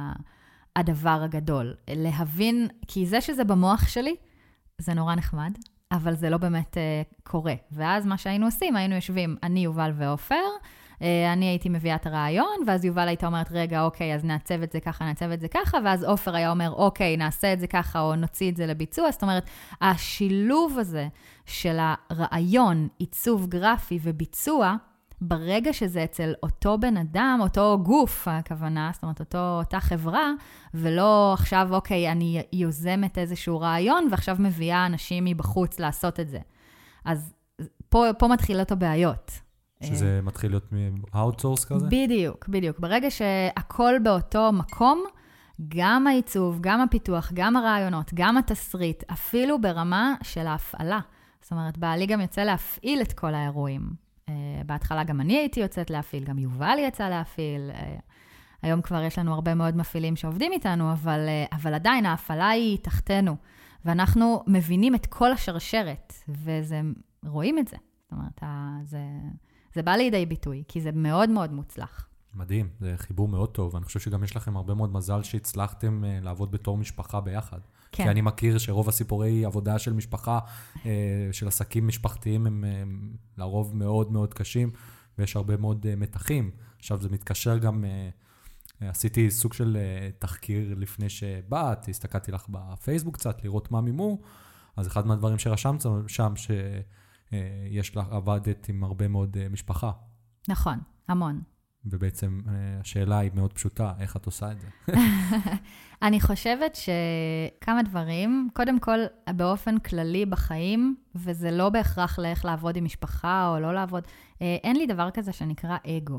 הדבר הגדול. להבין, כי זה שזה במוח שלי, זה נורא נחמד, אבל זה לא באמת קורה. ואז מה שהיינו עושים, היינו יושבים, אני, יובל ואופר, אני הייתי מביאה את הרעיון, ואז יובל הייתה אומרת, רגע, אוקיי, אז נעצב את זה ככה, נעצב את זה ככה, ואז אופר היה אומר, אוקיי, נעשה את זה ככה, או נוציא את זה לביצוע. זאת אומרת, השילוב הזה של הרעיון, עיצוב גרפי וביצוע, ברגע שזה אצל אותו בן אדם, אותו גוף, הכוונה, זאת אומרת, אותו, אותה חברה, ולא עכשיו, אוקיי, אני יוזמת איזשהו רעיון, ועכשיו מביאה אנשים מבחוץ לעשות את זה. אז פה, פה מתחילות הבעיות. שזה מתחיל להיות מ-outsource כזה? בדיוק, בדיוק. ברגע שהכל באותו מקום, גם העיצוב, גם הפיתוח, גם הרעיונות, גם התסריט, אפילו ברמה של ההפעלה. זאת אומרת, בעלי גם יוצא להפעיל את כל האירועים. בהתחלה גם אני הייתי יוצאת להפעיל, גם יובל יצא להפעיל. היום כבר יש לנו הרבה מאוד מפעילים שעובדים איתנו, אבל, אבל עדיין ההפעלה היא תחתנו. ואנחנו מבינים את כל השרשרת, ורואים את זה. זאת אומרת, זה... זה בא לידי ביטוי, כי זה מאוד מאוד מוצלח. מדהים, זה חיבור מאוד טוב, ואני חושב שגם יש לכם הרבה מאוד מזל שהצלחתם uh, לעבוד בתור משפחה ביחד. כן. כי אני מכיר שרוב הסיפורי עבודה של משפחה, uh, של עסקים משפחתיים, הם uh, לרוב מאוד מאוד קשים, ויש הרבה מאוד uh, מתחים. עכשיו זה מתקשר גם, uh, עשיתי סוג של uh, תחקיר לפני שבאת, הסתכלתי לך בפייסבוק קצת, לראות מה מימו, אז אחד מהדברים שרשמת שם, ש... יש לך עבדת עם הרבה מאוד משפחה. נכון, המון. ובעצם השאלה היא מאוד פשוטה, איך את עושה את זה? אני חושבת שכמה דברים, קודם כל באופן כללי בחיים, וזה לא בהכרח לאיך לעבוד עם משפחה או לא לעבוד, אין לי דבר כזה שנקרא אגו.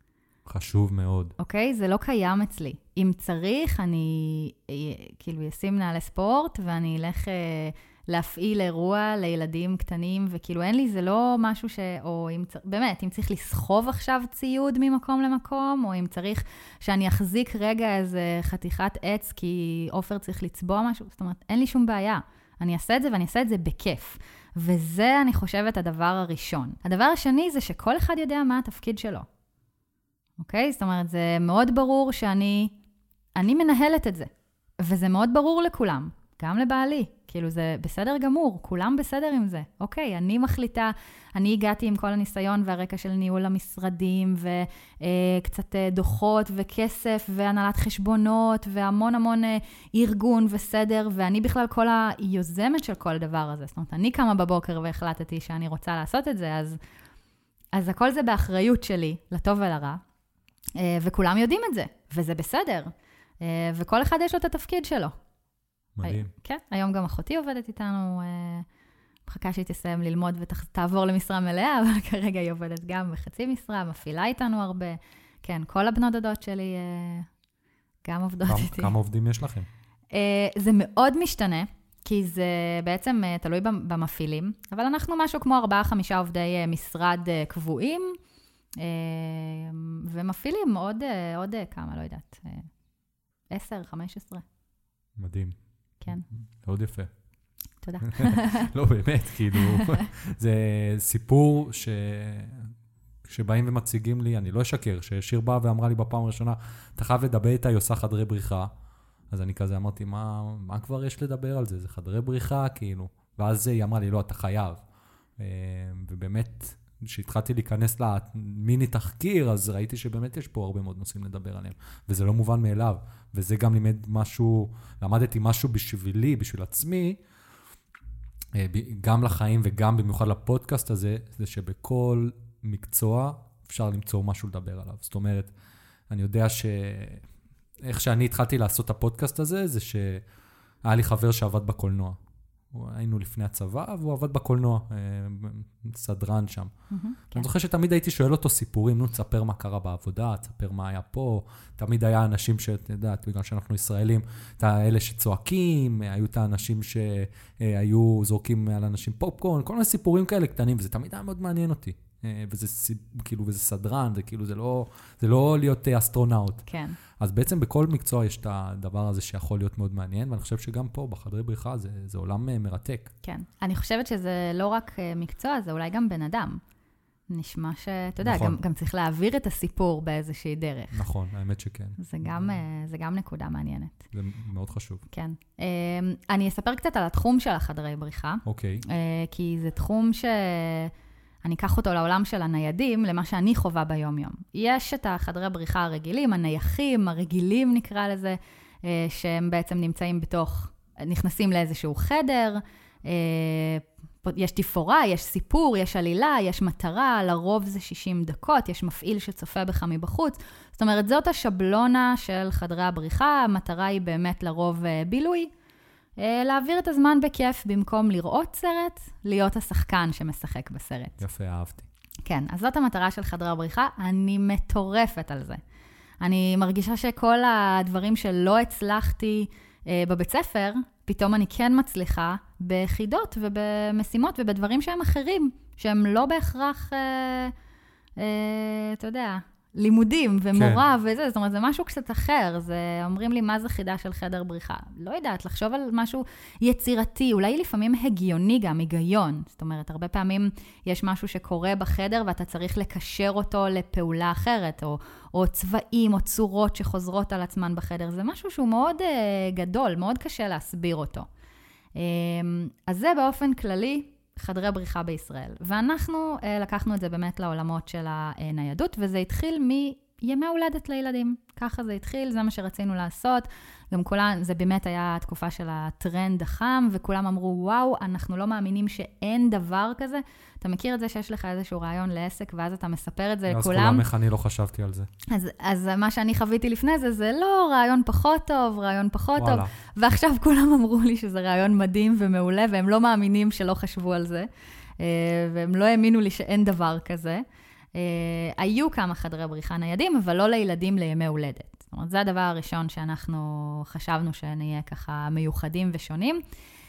חשוב מאוד. אוקיי? זה לא קיים אצלי. אם צריך, אני כאילו אשים נעלי ספורט, ואני אלך... להפעיל אירוע לילדים קטנים, וכאילו אין לי, זה לא משהו ש... או אם צ... באמת, אם צריך לסחוב עכשיו ציוד ממקום למקום, או אם צריך שאני אחזיק רגע איזה חתיכת עץ, כי אופר צריך לצבוע משהו, זאת אומרת, אין לי שום בעיה. אני אעשה את זה, ואני אעשה את זה בכיף. וזה, אני חושבת, הדבר הראשון. הדבר השני זה שכל אחד יודע מה התפקיד שלו. אוקיי? זאת אומרת, זה מאוד ברור שאני... אני מנהלת את זה. וזה מאוד ברור לכולם. גם לבעלי, כאילו זה בסדר גמור, כולם בסדר עם זה. אוקיי, אני מחליטה, אני הגעתי עם כל הניסיון והרקע של ניהול המשרדים, וקצת דוחות וכסף, והנהלת חשבונות, והמון המון ארגון וסדר, ואני בכלל כל היוזמת של כל הדבר הזה. זאת אומרת, אני קמה בבוקר והחלטתי שאני רוצה לעשות את זה, אז, אז הכל זה באחריות שלי, לטוב ולרע, וכולם יודעים את זה, וזה בסדר. וכל אחד יש לו את התפקיד שלו. מדהים. כן, היום גם אחותי עובדת איתנו, מחכה שהיא תסיים ללמוד ותעבור למשרה מלאה, אבל כרגע היא עובדת גם בחצי משרה, מפעילה איתנו הרבה. כן, כל הבנות דודות שלי גם עובדות איתי. כמה עובדים יש לכם? זה מאוד משתנה, כי זה בעצם תלוי במפעילים, אבל אנחנו משהו כמו ארבעה, חמישה עובדי משרד קבועים, ומפעילים עוד, עוד כמה, לא יודעת, עשר, חמש עשרה. מדהים. כן. מאוד יפה. תודה. לא, באמת, כאילו, זה סיפור ש... שבאים ומציגים לי, אני לא אשקר, ששיר באה ואמרה לי בפעם הראשונה, אתה חייב לדבר איתה, היא עושה חדרי בריחה. אז אני כזה אמרתי, מה, מה כבר יש לדבר על זה? זה חדרי בריחה, כאילו. ואז היא אמרה לי, לא, אתה חייב. ובאמת, כשהתחלתי להיכנס למיני תחקיר, אז ראיתי שבאמת יש פה הרבה מאוד נושאים לדבר עליהם. וזה לא מובן מאליו. וזה גם לימד משהו, למדתי משהו בשבילי, בשביל עצמי, גם לחיים וגם במיוחד לפודקאסט הזה, זה שבכל מקצוע אפשר למצוא משהו לדבר עליו. זאת אומרת, אני יודע ש... איך שאני התחלתי לעשות את הפודקאסט הזה, זה שהיה לי חבר שעבד בקולנוע. היינו לפני הצבא, והוא עבד בקולנוע, סדרן שם. אני זוכר שתמיד הייתי שואל אותו סיפורים, נו, תספר מה קרה בעבודה, תספר מה היה פה. תמיד היה אנשים שאת יודעת, בגלל שאנחנו ישראלים, את האלה שצועקים, היו את האנשים שהיו זורקים על אנשים פופקורן, כל מיני סיפורים כאלה קטנים, וזה תמיד היה מאוד מעניין אותי. וזה כאילו, וזה סדרן, זה כאילו, זה לא, זה לא להיות אסטרונאוט. כן. אז בעצם בכל מקצוע יש את הדבר הזה שיכול להיות מאוד מעניין, ואני חושב שגם פה, בחדרי בריחה, זה, זה עולם מרתק. כן. אני חושבת שזה לא רק מקצוע, זה אולי גם בן אדם. נשמע שאתה יודע, נכון. גם, גם צריך להעביר את הסיפור באיזושהי דרך. נכון, האמת שכן. זה גם, זה גם נקודה מעניינת. זה מאוד חשוב. כן. אני אספר קצת על התחום של החדרי בריחה. אוקיי. כי זה תחום ש... אני אקח אותו לעולם של הניידים, למה שאני חובה ביום-יום. יש את החדרי בריחה הרגילים, הנייחים, הרגילים נקרא לזה, שהם בעצם נמצאים בתוך, נכנסים לאיזשהו חדר, יש תפאורה, יש סיפור, יש עלילה, יש מטרה, לרוב זה שישים דקות, יש מפעיל שצופה בך מבחוץ. זאת אומרת, זאת השבלונה של חדרי הבריחה, המטרה היא באמת לרוב בילוי, להעביר את הזמן בכיף, במקום לראות סרט, להיות השחקן שמשחק בסרט. יפה, אהבתי. כן, אז זאת המטרה של חדרי הבריחה, אני מטורפת על זה. אני מרגישה שכל הדברים שלא הצלחתי אה, בבית ספר, פתאום אני כן מצליחה בחידות ובמשימות ובדברים שהם אחרים, שהם לא בהכרח, אה, אה, אתה יודע, לימודים ומורה כן. וזה, זאת אומרת, זה משהו קצת אחר, זה אומרים לי מה זה חידה של חדר בריחה. לא יודעת, לחשוב על משהו יצירתי, אולי לפעמים הגיוני גם, היגיון. זאת אומרת, הרבה פעמים יש משהו שקורה בחדר ואתה צריך לקשר אותו לפעולה אחרת, או, או צבעים או צורות שחוזרות על עצמן בחדר. זה משהו שהוא מאוד uh, גדול, מאוד קשה להסביר אותו. Um, אז זה באופן כללי, חדרי בריחה בישראל. ואנחנו אה, לקחנו את זה באמת לעולמות של הניידות, וזה התחיל מימי הולדת לילדים. ככה זה התחיל, זה מה שרצינו לעשות. גם כולם, זה באמת היה התקופה של הטרנד החם, וכולם אמרו, וואו, אנחנו לא מאמינים שאין דבר כזה. אתה מכיר את זה שיש לך איזשהו רעיון לעסק, ואז אתה מספר את זה אז לכולם. אז כולם, איך אני לא חשבתי על זה. אז, אז מה שאני חוויתי לפני זה, זה לא רעיון פחות טוב, רעיון פחות וואלה. טוב. ועכשיו כולם אמרו לי שזה רעיון מדהים ומעולה, והם לא מאמינים שלא חשבו על זה, והם לא האמינו לי שאין דבר כזה. היו כמה חדרי בריחה ניידים, אבל לא לילדים לימי הולדת. זאת אומרת, זה הדבר הראשון שאנחנו חשבנו שנהיה ככה מיוחדים ושונים.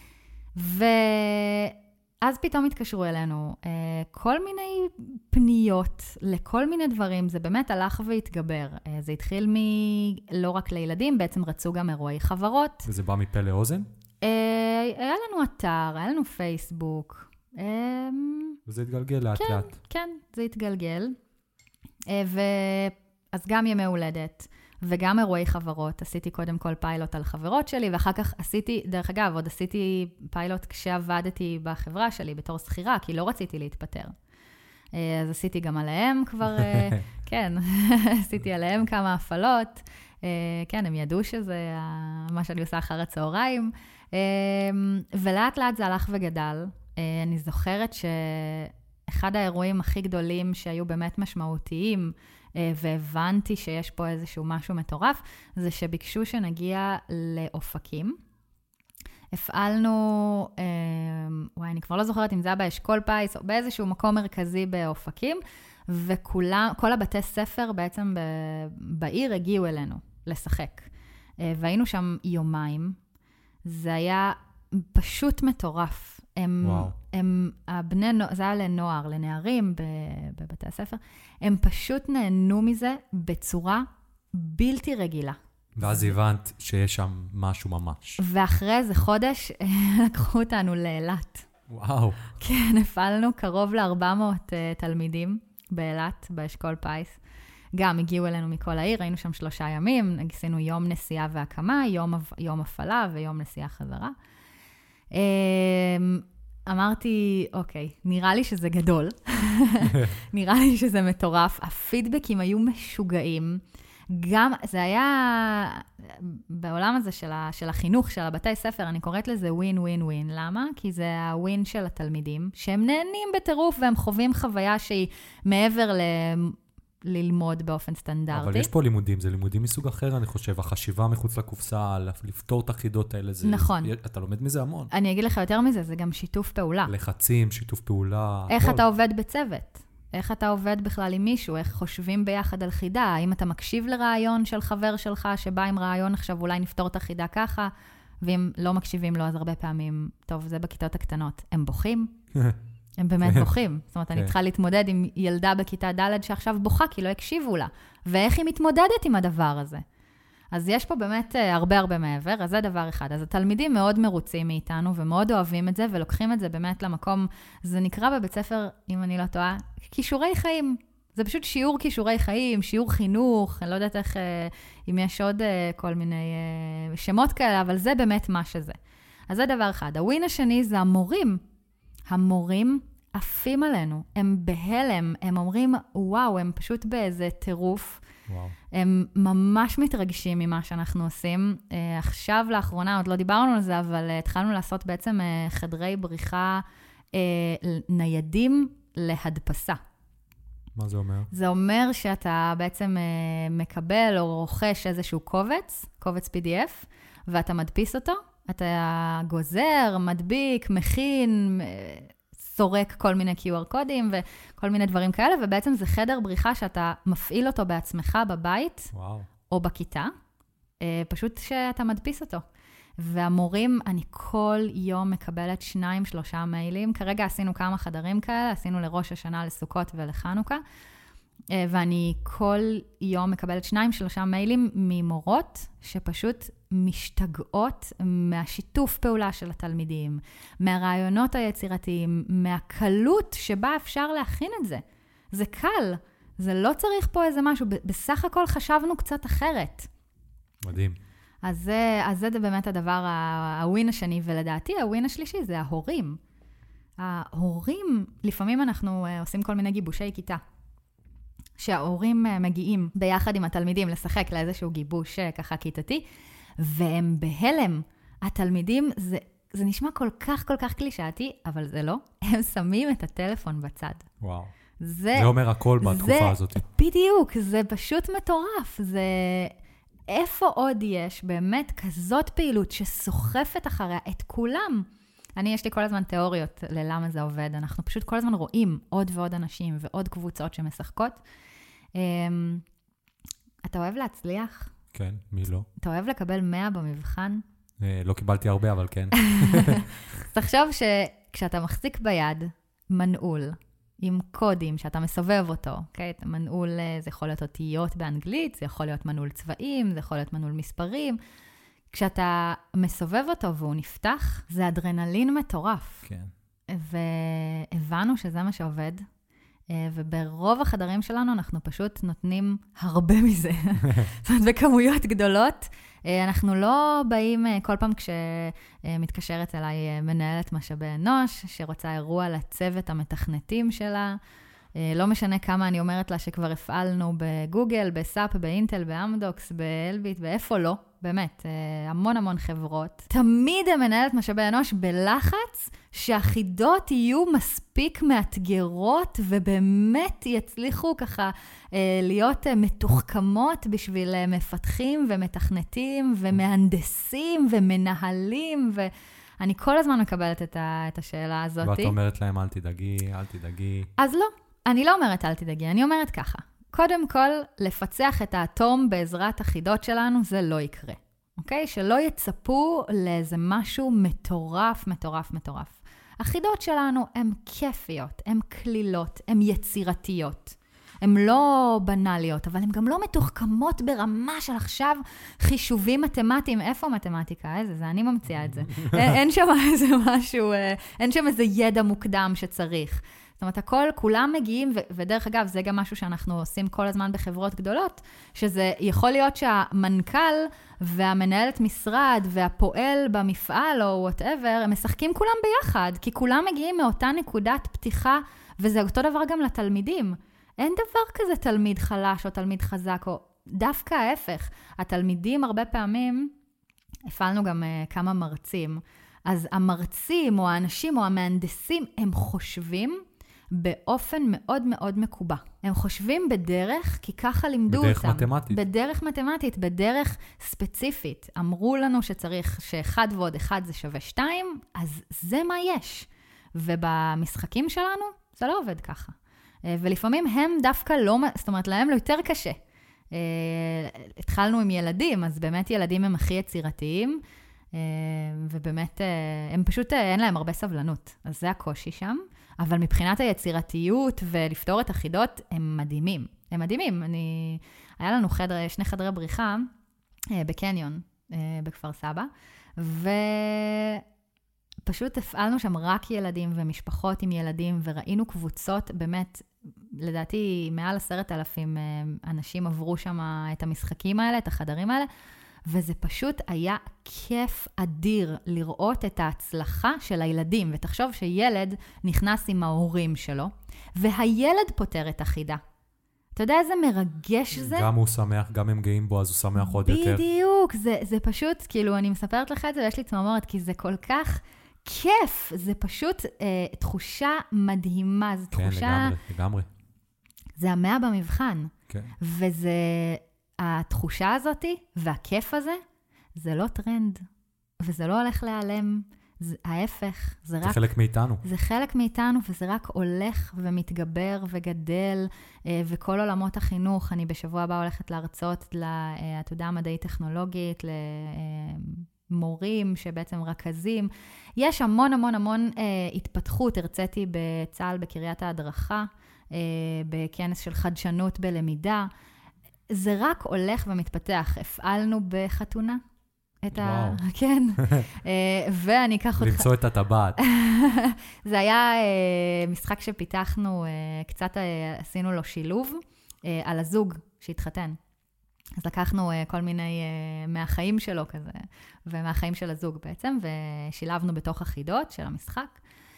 ואז פתאום התקשרו אלינו כל מיני פניות לכל מיני דברים. זה באמת הלך והתגבר. זה התחיל מלא רק לילדים, בעצם רצו גם אירועי חברות. וזה בא מפה לאוזן? היה לנו אתר, היה לנו פייסבוק. וזה התגלגל לאט כן, לאט. כן, זה התגלגל. ואז גם ימי הולדת, וגם אירועי חברות. עשיתי קודם כל פיילוט על חברות שלי, ואחר כך עשיתי, דרך אגב, עוד עשיתי פיילוט כשעבדתי בחברה שלי בתור שכירה, כי לא רציתי להתפטר. אז עשיתי גם עליהם כבר, כן, עשיתי עליהם כמה הפעלות. כן, הם ידעו שזה מה שאני עושה אחר הצהריים. ולאט לאט זה הלך וגדל. אני זוכרת שאחד האירועים הכי גדולים שהיו באמת משמעותיים, והבנתי שיש פה איזשהו משהו מטורף, זה שביקשו שנגיע לאופקים. הפעלנו, וואי, אני כבר לא זוכרת אם זה היה באשכול פייס, או באיזשהו מקום מרכזי באופקים, וכל הבתי ספר בעצם בעיר הגיעו אלינו לשחק. והיינו שם יומיים. זה היה פשוט מטורף. הם, הם, הבני, זה היה לנוער, לנערים בבתי הספר, הם פשוט נהנו מזה בצורה בלתי רגילה. ואז הבנת שיש שם משהו ממש. ואחרי איזה חודש לקחו אותנו לאילת. וואו. כן, הפעלנו קרוב ל-ארבע מאות uh, תלמידים באילת, באשכול פיס. גם הגיעו אלינו מכל העיר, היינו שם שלושה ימים, עשינו יום נסיעה והקמה, יום, יום הפעלה ויום נסיעה חזרה. Um, אמרתי, אוקיי, נראה לי שזה גדול, נראה לי שזה מטורף, הפידבקים היו משוגעים, גם, זה היה, בעולם הזה של, ה, של החינוך, של הבתי ספר, אני קוראת לזה ווין, ווין, ווין. למה? כי זה הווין של התלמידים, שהם נהנים בטירוף והם חווים חוויה שהיא מעבר ל... ללמוד באופן סטנדרטי. אבל יש פה לימודים, זה לימודים מסוג אחר, אני חושב, החשיבה מחוץ לקופסה, לפתור את החידות האלה, זה... נכון. זה, אתה לומד מזה המון. אני אגיד לך יותר מזה, זה גם שיתוף פעולה. לחצים, שיתוף פעולה. איך הכל. אתה עובד בצוות? איך אתה עובד בכלל עם מישהו? איך חושבים ביחד על חידה? האם אתה מקשיב לרעיון של חבר שלך, שבא עם רעיון עכשיו, אולי נפתור את החידה ככה, ואם לא מקשיבים לו, אז הרבה פעמים, טוב, זה בכיתות הקטנות, הם בוכים? הם באמת בוכים. זאת אומרת, אני צריכה להתמודד עם ילדה בכיתה ד' שעכשיו בוכה, כי לא הקשיבו לה. ואיך היא מתמודדת עם הדבר הזה? אז יש פה באמת הרבה הרבה מעבר, אז זה דבר אחד. אז התלמידים מאוד מרוצים מאיתנו, ומאוד אוהבים את זה, ולוקחים את זה באמת למקום, זה נקרא בבית ספר, אם אני לא טועה, כישורי חיים. זה פשוט שיעור כישורי חיים, שיעור חינוך, אני לא יודעת איך, אם יש עוד כל מיני שמות כאלה, אבל זה באמת מה שזה. אז זה דבר אחד. הווין השני זה המורים. המורים עפים עלינו, הם בהלם, הם אומרים, וואו, הם פשוט באיזה טירוף. וואו. הם ממש מתרגשים ממה שאנחנו עושים. Uh, עכשיו, לאחרונה, עוד לא דיברנו על זה, אבל uh, התחלנו לעשות בעצם uh, חדרי בריחה uh, ניידים להדפסה. מה זה אומר? זה אומר שאתה בעצם uh, מקבל או רוכש איזשהו קובץ, קובץ פי די אף, ואתה מדפיס אותו, אתה גוזר, מדביק, מכין, סורק כל מיני קיו אר קודים וכל מיני דברים כאלה, ובעצם זה חדר בריחה שאתה מפעיל אותו בעצמך בבית, וואו. או בכיתה, פשוט שאתה מדפיס אותו. והמורים, אני כל יום מקבלת שניים, שלושה מיילים, כרגע עשינו כמה חדרים כאלה, עשינו לראש השנה, לסוכות ולחנוכה, ואני כל יום מקבלת שניים, שלושה מיילים ממורות שפשוט משתגעות מהשיתוף פעולה של התלמידים, מהרעיונות היצירתיים, מהקלות שבה אפשר להכין את זה. זה קל, זה לא צריך פה איזה משהו, בסך הכל חשבנו קצת אחרת. מדהים. אז זה, אז זה באמת הדבר, הווין השני, ולדעתי הווין השלישי זה ההורים. ההורים, לפעמים אנחנו עושים כל מיני גיבושי כיתה. שההורים מגיעים ביחד עם התלמידים לשחק לאיזשהו גיבוש ככה כיתתי, והם בהלם. התלמידים, זה, זה נשמע כל כך כל כך קלישאתי, אבל זה לא. הם שמים את הטלפון בצד. וואו. זה, זה אומר הכל בתקופה זה, הזאת. בדיוק, זה פשוט מטורף. זה... איפה עוד יש באמת כזאת פעילות שסוחפת אחריה את כולם? אני, יש לי כל הזמן תיאוריות ללמה זה עובד. אנחנו פשוט כל הזמן רואים עוד ועוד אנשים ועוד קבוצות שמשחקות. אתה אוהב להצליח? כן, מי לא? אתה אוהב לקבל מאה במבחן? לא קיבלתי הרבה, אבל כן. תחשוב שכשאתה מחזיק ביד מנעול עם קודים שאתה מסובב אותו, אוקיי? מנעול, זה יכול להיות אותיות באנגלית, זה יכול להיות מנעול צבעים, זה יכול להיות מנעול מספרים. כשאתה מסובב אותו והוא נפתח, זה אדרנלין מטורף. כן. והבנו שזה מה שעובד, וברוב החדרים שלנו אנחנו פשוט נותנים הרבה מזה. זאת אומרת, בכמויות גדולות. אנחנו לא באים כל פעם כשמתקשרת אליי מנהלת משאבי אנוש, שרוצה אירוע לצוות המתכנתים שלה. לא משנה כמה אני אומרת לה שכבר הפעלנו בגוגל, בסאפ, באינטל, באמדוקס, באלביט, ואיפה לא. באמת, המון המון חברות. תמיד המנהלת משאבי אנוש בלחץ שהחידות יהיו מספיק מאתגרות ובאמת יצליחו ככה להיות מתוחכמות בשביל מפתחים ומתכנתים ומהנדסים ומנהלים, ואני כל הזמן מקבלת את השאלה הזאת. ואת אומרת להם אל תדאגי, אל תדאגי. אז לא, אני לא אומרת אל תדאגי, אני אומרת ככה. קודם כל, לפצח את האטום בעזרת החידות שלנו, זה לא יקרה. אוקיי? שלא יצפו לאיזה משהו מטורף, מטורף, מטורף. החידות שלנו הן כיפיות, הן כלילות, הן יצירתיות. הן לא בנאליות, אבל הן גם לא מתוחכמות ברמה של עכשיו חישובים מתמטיים. איפה מתמטיקה? איזה, זה אני ממציאה את זה. אין שם איזה משהו, אין שם איזה ידע מוקדם שצריך. זאת אומרת, הכל, כולם מגיעים, ו- ודרך אגב, זה גם משהו שאנחנו עושים כל הזמן בחברות גדולות, שזה יכול להיות שהמנכ"ל והמנהלת משרד והפועל במפעל או whatever, הם משחקים כולם ביחד, כי כולם מגיעים מאותה נקודת פתיחה, וזה אותו דבר גם לתלמידים. אין דבר כזה תלמיד חלש או תלמיד חזק, או דווקא ההפך. התלמידים הרבה פעמים, הפעלנו גם uh, כמה מרצים, אז המרצים או האנשים או המהנדסים, הם חושבים באופן מאוד מאוד מקובע. הם חושבים בדרך, כי ככה לימדו אותם. בדרך מתמטית. בדרך מתמטית, בדרך ספציפית. אמרו לנו שצריך שאחד ועוד אחד זה שווה שתיים, אז זה מה יש. ובמשחקים שלנו, זה לא עובד ככה. ולפעמים הם דווקא לא, זאת אומרת, להם לא יותר קשה. התחלנו עם ילדים, אז באמת ילדים הם הכי יצירתיים, ובאמת, הם פשוט, אין להם הרבה סבלנות. אז זה הקושי שם. אבל מבחינת היצירתיות ולפתור את החידות, הם מדהימים. הם מדהימים. אני, היה לנו חדר, שני חדרי בריחה בקניון, בכפר סבא, ופשוט הפעלנו שם רק ילדים ומשפחות עם ילדים, וראינו קבוצות, באמת, לדעתי, מעל עשרת אלפים אנשים עברו שם את המשחקים האלה, את החדרים האלה, וזה פשוט היה כיף אדיר לראות את ההצלחה של הילדים, ותחשוב שילד נכנס עם ההורים שלו, והילד פותר את החידה. אתה יודע איזה מרגש זה? גם הוא שמח, גם הם גאים בו, אז הוא שמח עוד יותר. בדיוק, זה, זה פשוט, כאילו, אני מספרת לך את זה, ויש לי צמרמורת, כי זה כל כך כיף, זה פשוט אה, תחושה מדהימה, זו כן, תחושה... לגמרי, לגמרי. זה המאה במבחן. כן. וזה... התחושה הזאת והכיף הזה, זה לא טרנד, וזה לא הולך להיעלם, זה ההפך, זה רק... זה חלק מאיתנו. זה חלק מאיתנו, וזה רק הולך ומתגבר וגדל, וכל עולמות החינוך, אני בשבוע הבא הולכת להרצות לעתודה המדעית-טכנולוגית, למורים שבעצם רכזים. יש המון המון המון התפתחות, הרציתי בצה"ל בקריית ההדרכה, בכנס של חדשנות בלמידה, זה רק הולך ומתפתח. הפעלנו בחתונה את ה... כן. ואני אקח אותך... למצוא את הטבעת. זה היה משחק שפיתחנו, קצת עשינו לו שילוב, על הזוג שהתחתן. אז לקחנו כל מיני מהחיים שלו כזה, ומהחיים של הזוג בעצם, ושילבנו בתוך החידות של המשחק.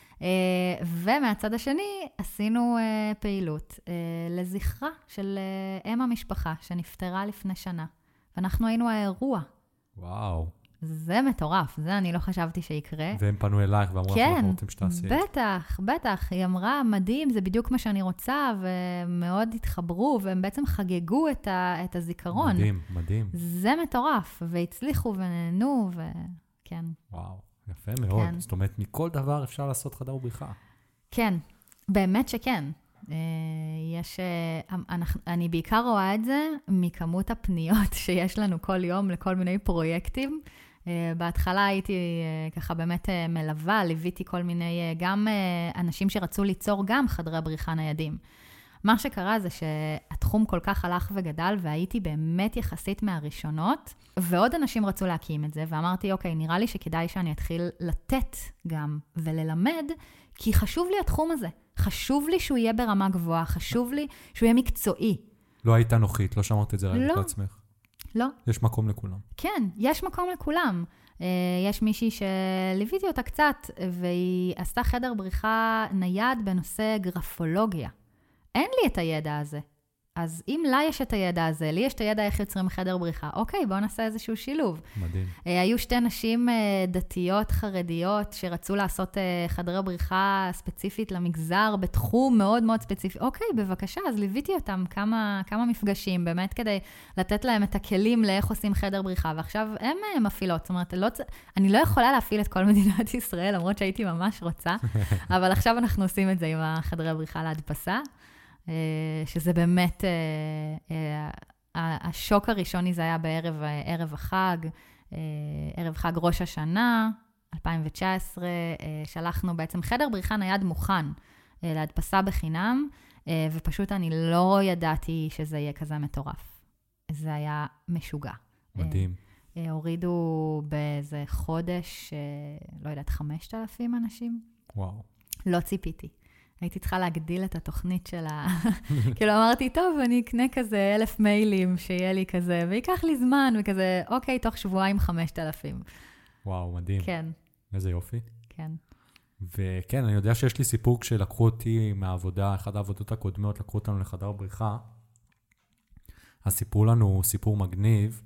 ומהצד השני עשינו פעילות לזכרה של אם המשפחה שנפטרה לפני שנה. ואנחנו היינו האירוע. וואו. זה מטורף, זה אני לא חשבתי שיקרה. והם פנו אלייך ואמרו, כן, אנחנו רוצים שתעשי. בטח, בטח. היא אמרה, מדהים, זה בדיוק מה שאני רוצה, ומאוד התחברו, והם בעצם חגגו את, ה, את הזיכרון. מדהים, מדהים. זה מטורף, והצליחו ונהנו, וכן. וואו. יפה מאוד. כן. זאת אומרת, מכל דבר אפשר לעשות חדר בריחה. כן, באמת שכן. יש, אני בעיקר רואה את זה מכמות הפניות שיש לנו כל יום לכל מיני פרויקטים. בהתחלה הייתי ככה באמת מלווה, ליוויתי כל מיני, גם אנשים שרצו ליצור גם חדרי בריחה ניידים. מה שקרה זה שהתחום כל כך הלך וגדל, והייתי באמת יחסית מהראשונות, ועוד אנשים רצו להקים את זה, ואמרתי, אוקיי, נראה לי שכדאי שאני אתחיל לתת גם וללמד, כי חשוב לי התחום הזה. חשוב לי שהוא יהיה ברמה גבוהה, חשוב לי שהוא יהיה מקצועי. לא היית נוחית, לא שמעת את זה רק לעצמך. לא. יש מקום לכולם. כן, יש מקום לכולם. יש מישהי שליוויתי אותה קצת, והיא עשתה חדר בריחה נייד בנושא גרפולוגיה. אין לי את הידע הזה. אז אם לה יש את הידע הזה, לי יש את הידע איך יוצרים חדר בריחה, אוקיי, בואו נעשה איזשהו שילוב. מדהים. היו שתי נשים דתיות חרדיות שרצו לעשות חדרי בריחה ספציפית למגזר, בתחום מאוד מאוד ספציפי. אוקיי, בבקשה, אז ליוויתי אותם כמה, כמה מפגשים, באמת כדי לתת להם את הכלים לאיך עושים חדר בריחה, ועכשיו הם מפעילות. זאת אומרת, לא, אני לא יכולה להפעיל את כל מדינת ישראל, למרות שהייתי ממש רוצה, אבל עכשיו אנחנו עושים את זה עם החדרי בריחה להדפסה. שזה באמת, השוק הראשוני זה היה בערב ערב החג, ערב חג ראש השנה, אלפיים תשע עשרה, שלחנו בעצם חדר בריחה נייד מוכן להדפסה בחינם, ופשוט אני לא ידעתי שזה יהיה כזה מטורף. זה היה משוגע. מדהים. הורידו באיזה חודש, לא יודעת, חמשת אלפים אנשים. וואו. לא ציפיתי. הייתי צריכה להגדיל את התוכנית שלה. כאילו אמרתי, טוב, אני אקנה כזה אלף מיילים שיהיה לי כזה, ויקח לי זמן, וכזה, אוקיי, תוך שבועיים חמשת אלפים. וואו, מדהים. כן. איזה יופי. כן. וכן, אני יודע שיש לי סיפור כשלקחו אותי מהעבודה, אחת העבודות הקודמות, לקחו אותנו לחדר בריחה. אז סיפרו לנו סיפור מגניב,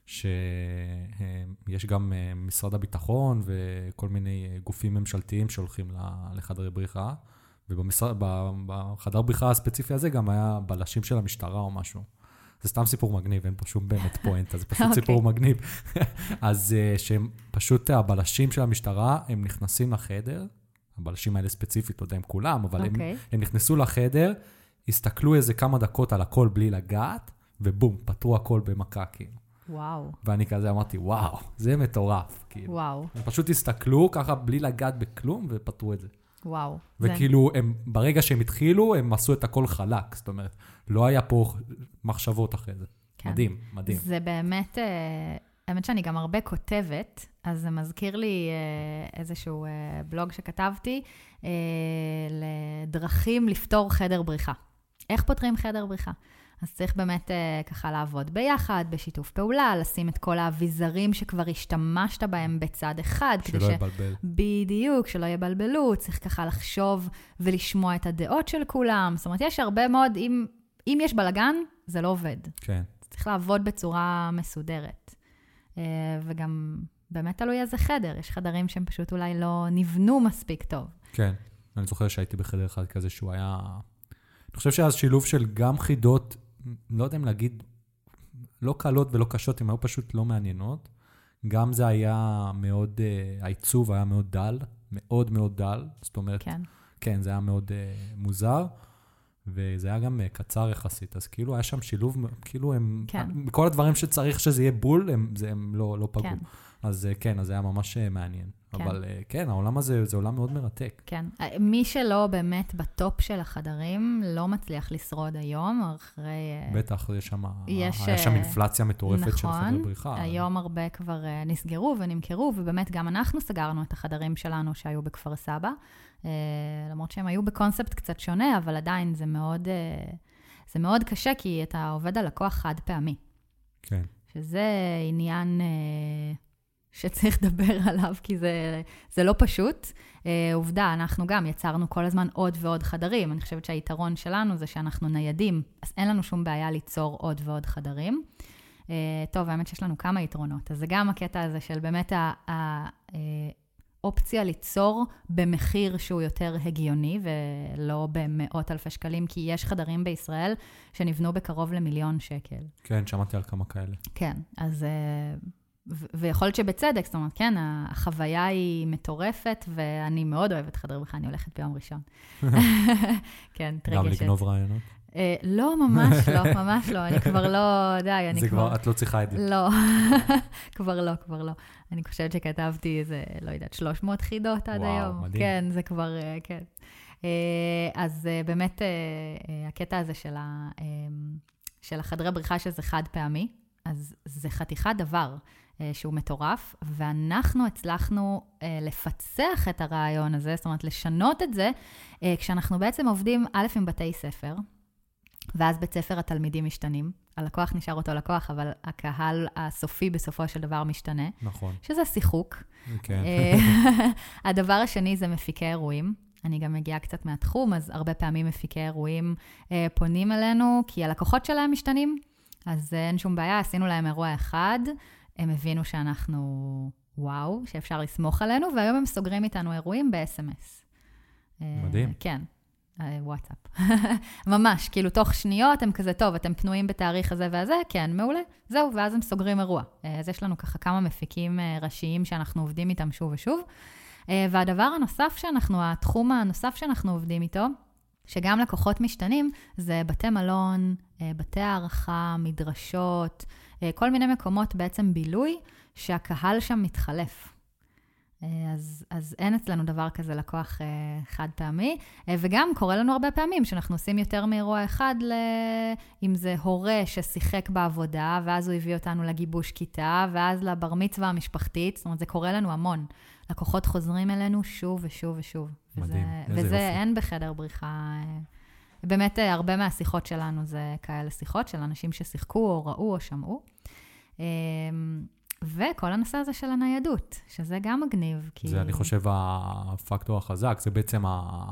שיש גם משרד הביטחון וכל מיני גופים ממשלתיים שהולכים לחדרי בריחה, ובחדר בריחה הספציפי הזה גם היה בלשים של המשטרה או משהו. זה סתם סיפור מגניב, אין פה שום באמת פואנטה, זה פשוט סיפור מגניב. אז שהם פשוט הבלשים של המשטרה, הם נכנסים לחדר, הבלשים האלה ספציפית, לא יודע אם כולם, אבל הם, הם נכנסו לחדר, הסתכלו איזה כמה דקות על הכל בלי לגעת, ובום, פתרו הכל במכה, כאילו. וואו. ואני כזה אמרתי, וואו, זה מטורף. כאילו. וואו. הם פשוט הסתכלו ככה בלי לגעת בכלום, ופתרו את זה. וואו. וכאילו, הם, ברגע שהם התחילו, הם עשו את הכל חלק. זאת אומרת, לא היה פה מחשבות אחרי זה. כן. מדהים, מדהים. זה באמת, האמת שאני גם הרבה כותבת, אז זה מזכיר לי איזשהו בלוג שכתבתי, לדרכים לפתור חדר בריחה. איך פותרים חדר בריחה? אז צריך באמת ככה לעבוד ביחד, בשיתוף פעולה, לשים את כל האביזרים שכבר השתמשת בהם בצד אחד. שלא ש... יבלבל. בדיוק, שלא יבלבלו. צריך ככה לחשוב ולשמוע את הדעות של כולם. זאת אומרת, יש הרבה מאוד, אם, אם יש בלגן, זה לא עובד. כן. צריך לעבוד בצורה מסודרת. וגם באמת תלוי איזה חדר. יש חדרים שהם פשוט אולי לא נבנו מספיק טוב. כן. אני זוכר שהייתי בחדר אחד כזה שהוא היה... אני חושב שאז שילוב של גם חידות, לא יודע אם להגיד, לא קלות ולא קשות, הן היו פשוט לא מעניינות. גם זה היה מאוד, uh, העיצוב היה מאוד דל, מאוד מאוד דל. זאת אומרת, כן, כן זה היה מאוד uh, מוזר, וזה היה גם uh, קצר יחסית. אז כאילו היה שם שילוב, כאילו הם, כן. כל הדברים שצריך שזה יהיה בול, הם, זה, הם לא, לא פגעו. כן. אז uh, כן, אז זה היה ממש uh, מעניין. כן. אבל uh, כן, העולם הזה זה עולם מאוד מרתק. כן. מי שלא באמת בטופ של החדרים, לא מצליח לשרוד היום, אחרי... בטח, יש שם, יש, היה שם אינפלציה מטורפת נכון, של חדר בריחה. נכון, היום הרבה כבר נסגרו ונמכרו, ובאמת גם אנחנו סגרנו את החדרים שלנו שהיו בכפר סבא, למרות שהם היו בקונספט קצת שונה, אבל עדיין זה מאוד, זה מאוד קשה, כי אתה עובד על לקוח חד פעמי. כן. שזה עניין... שצריך לדבר עליו, כי זה, זה לא פשוט. אה, עובדה, אנחנו גם יצרנו כל הזמן עוד ועוד חדרים. אני חושבת שהיתרון שלנו זה שאנחנו ניידים, אז אין לנו שום בעיה ליצור עוד ועוד חדרים. אה, טוב, האמת שיש לנו כמה יתרונות. אז זה גם הקטע הזה של באמת האופציה ליצור במחיר שהוא יותר הגיוני, ולא במאות אלפי שקלים, כי יש חדרים בישראל שנבנו בקרוב למיליון שקל. כן, שמעתי על כמה כאלה. כן, אז... ויכול להיות שבצדק, זאת אומרת, כן, החוויה היא מטורפת, ואני מאוד אוהבת חדר בריחה, אני הולכת ביום ראשון. כן, תרגשת. גם לגנוב רעיונות? לא, ממש לא, ממש לא, אני כבר לא, די, אני כבר... זה כבר, את לא צריכה את זה. לא, כבר לא, כבר לא. אני חושבת שכתבתי איזה, לא יודעת, שלוש מאות חידות עד היום. וואו, מדהים. כן, זה כבר, כן. אז באמת, הקטע הזה של החדרי בריחה, שזה חד פעמי, אז זה חתיכת דבר שהוא מטורף, ואנחנו הצלחנו לפצח את הרעיון הזה, זאת אומרת, לשנות את זה, כשאנחנו בעצם עובדים א' עם בתי ספר, ואז בית ספר התלמידים משתנים, הלקוח נשאר אותו לקוח, אבל הקהל הסופי בסופו של דבר משתנה. נכון. שזה שיחוק. כן. הדבר השני זה מפיקי אירועים. אני גם מגיעה קצת מהתחום, אז הרבה פעמים מפיקי אירועים פונים אלינו, כי הלקוחות שלהם משתנים, אז אין שום בעיה, עשינו להם אירוע אחד, הם הבינו שאנחנו, וואו, שאפשר לסמוך עלינו, והיום הם סוגרים איתנו אירועים ב-אס אם אס. מדהים. כן, וואטסאפ. ממש, כאילו תוך שניות הם כזה, טוב, אתם פנויים בתאריך הזה והזה, כן, מעולה, זהו, ואז הם סוגרים אירוע. אז יש לנו ככה כמה מפיקים ראשיים שאנחנו עובדים איתם שוב ושוב. והדבר הנוסף שאנחנו, התחום הנוסף שאנחנו עובדים איתו, שגם לקוחות משתנים, זה בתי מלון, בתי הערכה, מדרשות, כל מיני מקומות בעצם בילוי, שהקהל שם מתחלף. אז, אז אין אצלנו דבר כזה לקוח חד פעמי, וגם קורה לנו הרבה פעמים שאנחנו עושים יותר מאירוע אחד, ל... אם זה הורה ששיחק בעבודה, ואז הוא הביא אותנו לגיבוש כיתה, ואז לבר מצווה המשפחתית, זאת אומרת, זה קורה לנו המון. לקוחות חוזרים אלינו שוב ושוב ושוב. מדהים, וזה, איזה וזה יופי. אין בחדר בריחה. באמת, הרבה מהשיחות שלנו זה כאלה שיחות של אנשים ששיחקו או ראו או שמעו. וכל הנושא הזה של הניידות, שזה גם מגניב. כי... זה, אני חושב, הפקטור החזק, זה בעצם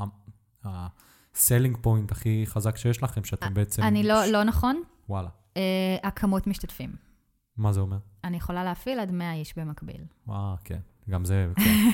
ה-selling point הכי חזק שיש לכם, שאתם בעצם... אני לא, לא נכון. וואלה. הכמות משתתפים. מה זה אומר? אני יכולה להפעיל עד מאה איש במקביל. אה, כן. גם זה...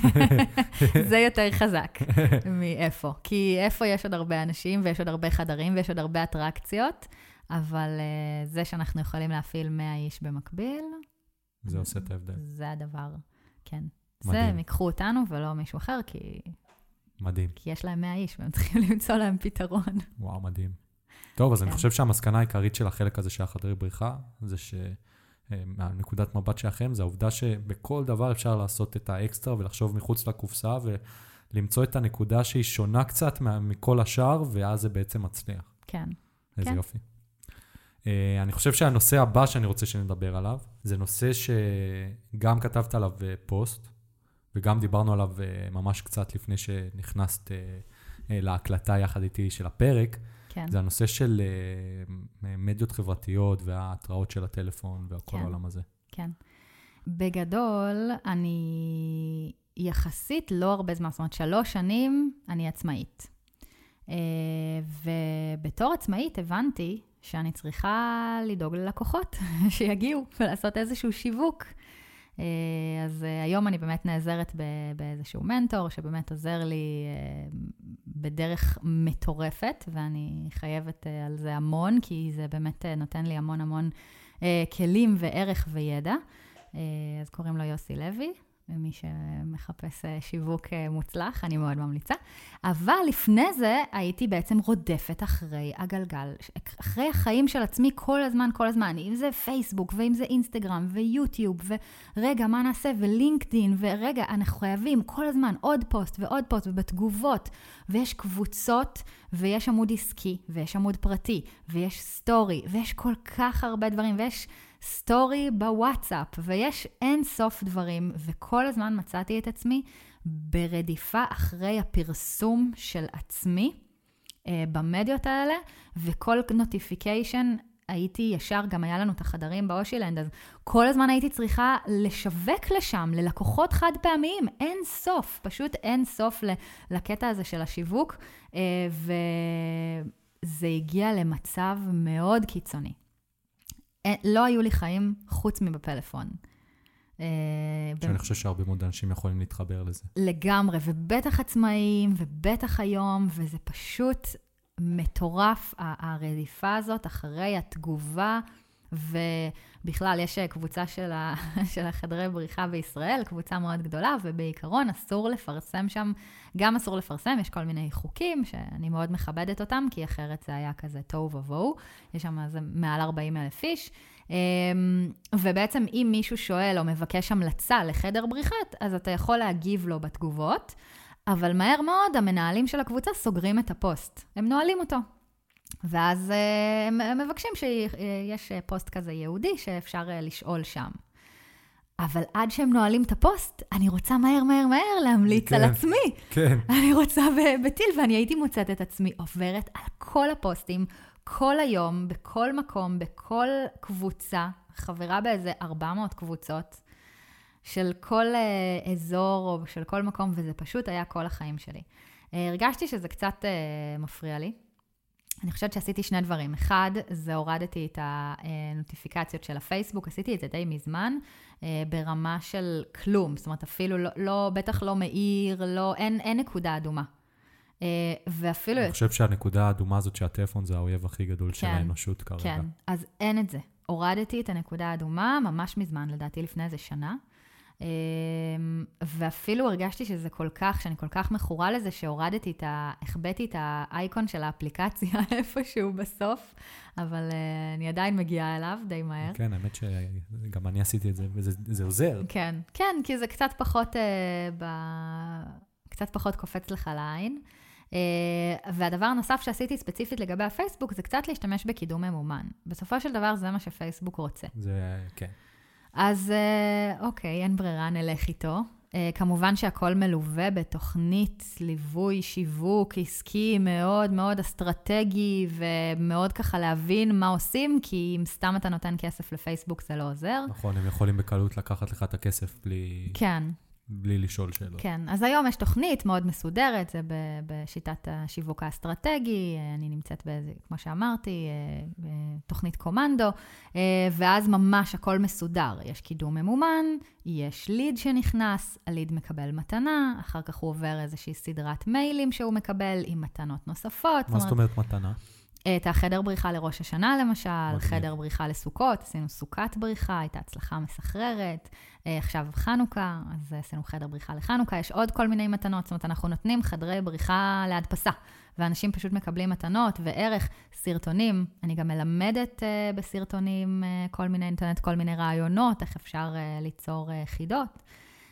זה יותר חזק מאיפה. כי איפה יש עוד הרבה אנשים, ויש עוד הרבה חדרים, ויש עוד הרבה אטרקציות, אבל זה שאנחנו יכולים להפעיל מאה איש במקביל... זה עושה את ההבדל. זה הדבר, כן. מדהים. זה, הם ייקחו אותנו ולא מישהו אחר, כי... מדהים. כי יש להם מאה איש, והם צריכים למצוא להם פתרון. וואו, מדהים. טוב, אז כן. אני חושב שהמסקנה העיקרית של החלק הזה של החדרי בריחה, זה שהנקודת מבט שלכם, זה העובדה שבכל דבר אפשר לעשות את האקסטרה, ולחשוב מחוץ לקופסה, ולמצוא את הנקודה שהיא שונה קצת מכל השאר, ואז זה בעצם מצליח. כן. איזה כן. יופי. Uh, אני חושב שהנושא הבא שאני רוצה שנדבר עליו, זה נושא שגם כתבת עליו פוסט, וגם דיברנו עליו uh, ממש קצת לפני שנכנסת uh, uh, להקלטה יחד איתי של הפרק, כן. זה הנושא של uh, מדיות חברתיות וההתראות של הטלפון והכל כן. העולם הזה. כן. בגדול, אני יחסית לא הרבה זמן, זאת אומרת, שלוש שנים אני עצמאית. Uh, ובתור עצמאית הבנתי שאני צריכה לדאוג ללקוחות שיגיעו ולעשות איזשהו שיווק. אז היום אני באמת נעזרת באיזשהו מנטור שבאמת עוזר לי בדרך מטורפת, ואני חייבת על זה המון, כי זה באמת נותן לי המון המון כלים וערך וידע. אז קוראים לו יוסי לוי. ומי שמחפש שיווק מוצלח, אני מאוד ממליצה. אבל לפני זה הייתי בעצם רודפת אחרי הגלגל, אחרי החיים של עצמי כל הזמן, כל הזמן. אם זה פייסבוק, ואם זה אינסטגרם, ויוטיוב, ורגע, מה נעשה? ולינקדין, ורגע, אנחנו חייבים כל הזמן עוד פוסט ועוד פוסט, ובתגובות, ויש קבוצות, ויש עמוד עסקי, ויש עמוד פרטי, ויש סטורי, ויש כל כך הרבה דברים, ויש... סטורי בוואטסאפ, ויש אין סוף דברים, וכל הזמן מצאתי את עצמי ברדיפה אחרי הפרסום של עצמי אה, במדיות האלה, וכל נוטיפיקיישן הייתי ישר, גם היה לנו את החדרים באושילנד, אז כל הזמן הייתי צריכה לשווק לשם, ללקוחות חד פעמיים, אין סוף, פשוט אין סוף לקטע הזה של השיווק, אה, וזה הגיע למצב מאוד קיצוני. לא היו לי חיים חוץ מבפלאפון. שאני חושב שהרבה מאוד אנשים יכולים להתחבר לזה. לגמרי, ובטח עצמאים, ובטח היום, וזה פשוט מטורף, הרדיפה הזאת, אחרי התגובה, ובכלל יש קבוצה של, ה, של החדרי בריחה בישראל, קבוצה מאוד גדולה, ובעיקרון אסור לפרסם שם, גם אסור לפרסם, יש כל מיני חוקים שאני מאוד מכבדת אותם, כי אחרת זה היה כזה תוהו ובוהו, יש שם זה מעל ארבעים אלף איש, ובעצם אם מישהו שואל או מבקש המלצה לחדר בריחת, אז אתה יכול להגיב לו בתגובות, אבל מהר מאוד המנהלים של הקבוצה סוגרים את הפוסט, הם נועלים אותו. ואז הם מבקשים שיש פוסט כזה יהודי שאפשר לשאול שם. אבל עד שהם נועלים את הפוסט, אני רוצה מהר, מהר, מהר להמליץ כן, על עצמי. כן. אני רוצה בטיל, ואני הייתי מוצאת את עצמי עוברת על כל הפוסטים, כל היום, בכל מקום, בכל קבוצה, חברה באיזה ארבע מאות קבוצות, של כל uh, אזור או של כל מקום, וזה פשוט היה כל החיים שלי. Uh, הרגשתי שזה קצת uh, מפריע לי. אני חושבת שעשיתי שני דברים. אחד, זה הורדתי את הנוטיפיקציות של הפייסבוק, עשיתי את זה די מזמן, ברמה של כלום, זאת אומרת, אפילו לא, לא בטח לא מאיר, לא, אין, אין נקודה אדומה. ואפילו... אני חושב שהנקודה האדומה הזאת שהטלפון זה האויב הכי גדול כן, של האנושות כרגע. כן, אז אין את זה. הורדתי את הנקודה האדומה ממש מזמן, לדעתי לפני איזה שנה, ואפילו הרגשתי שזה כל כך, שאני כל כך מכורה לזה, שהורדתי את ה... החבאתי את האייקון של האפליקציה איפשהו בסוף, אבל אני עדיין מגיעה אליו די מהר. כן, האמת שגם אני עשיתי את זה, וזה עוזר. כן, כן, כי זה קצת פחות, ב... קצת פחות קופץ לך לעין. והדבר הנוסף שעשיתי ספציפית לגבי הפייסבוק, זה קצת להשתמש בקידום ממומן. בסופו של דבר זה מה שפייסבוק רוצה. זה, כן. אז אוקיי, אין ברירה, נלך איתו. כמובן שהכל מלווה בתוכנית ליווי, שיווק, עסקי, מאוד מאוד אסטרטגי, ומאוד ככה להבין מה עושים, כי אם סתם אתה נותן כסף לפייסבוק זה לא עוזר. נכון, הם יכולים בקלות לקחת לך את הכסף בלי... כן. בלי לשאול שאלות. כן, אז היום יש תוכנית מאוד מסודרת, זה בשיטת השיווק האסטרטגי, אני נמצאת באיזה, כמו שאמרתי, תוכנית קומנדו, ואז ממש הכל מסודר. יש קידום ממומן, יש ליד שנכנס, הליד מקבל מתנה, אחר כך הוא עובר איזושהי סדרת מיילים שהוא מקבל עם מתנות נוספות. מה זאת אומרת מתנה? את החדר בריחה לראש השנה למשל, חדר בריחה לסוכות, עשינו סוכת בריחה, הייתה הצלחה מסחררת, עכשיו חנוכה, אז עשינו חדר בריחה לחנוכה, יש עוד כל מיני מתנות, זאת אומרת, אנחנו נותנים חדרי בריחה להדפסה, ואנשים פשוט מקבלים מתנות וערך סרטונים, אני גם מלמדת בסרטונים כל מיני, נותנת כל מיני רעיונות, איך אפשר ליצור חידות,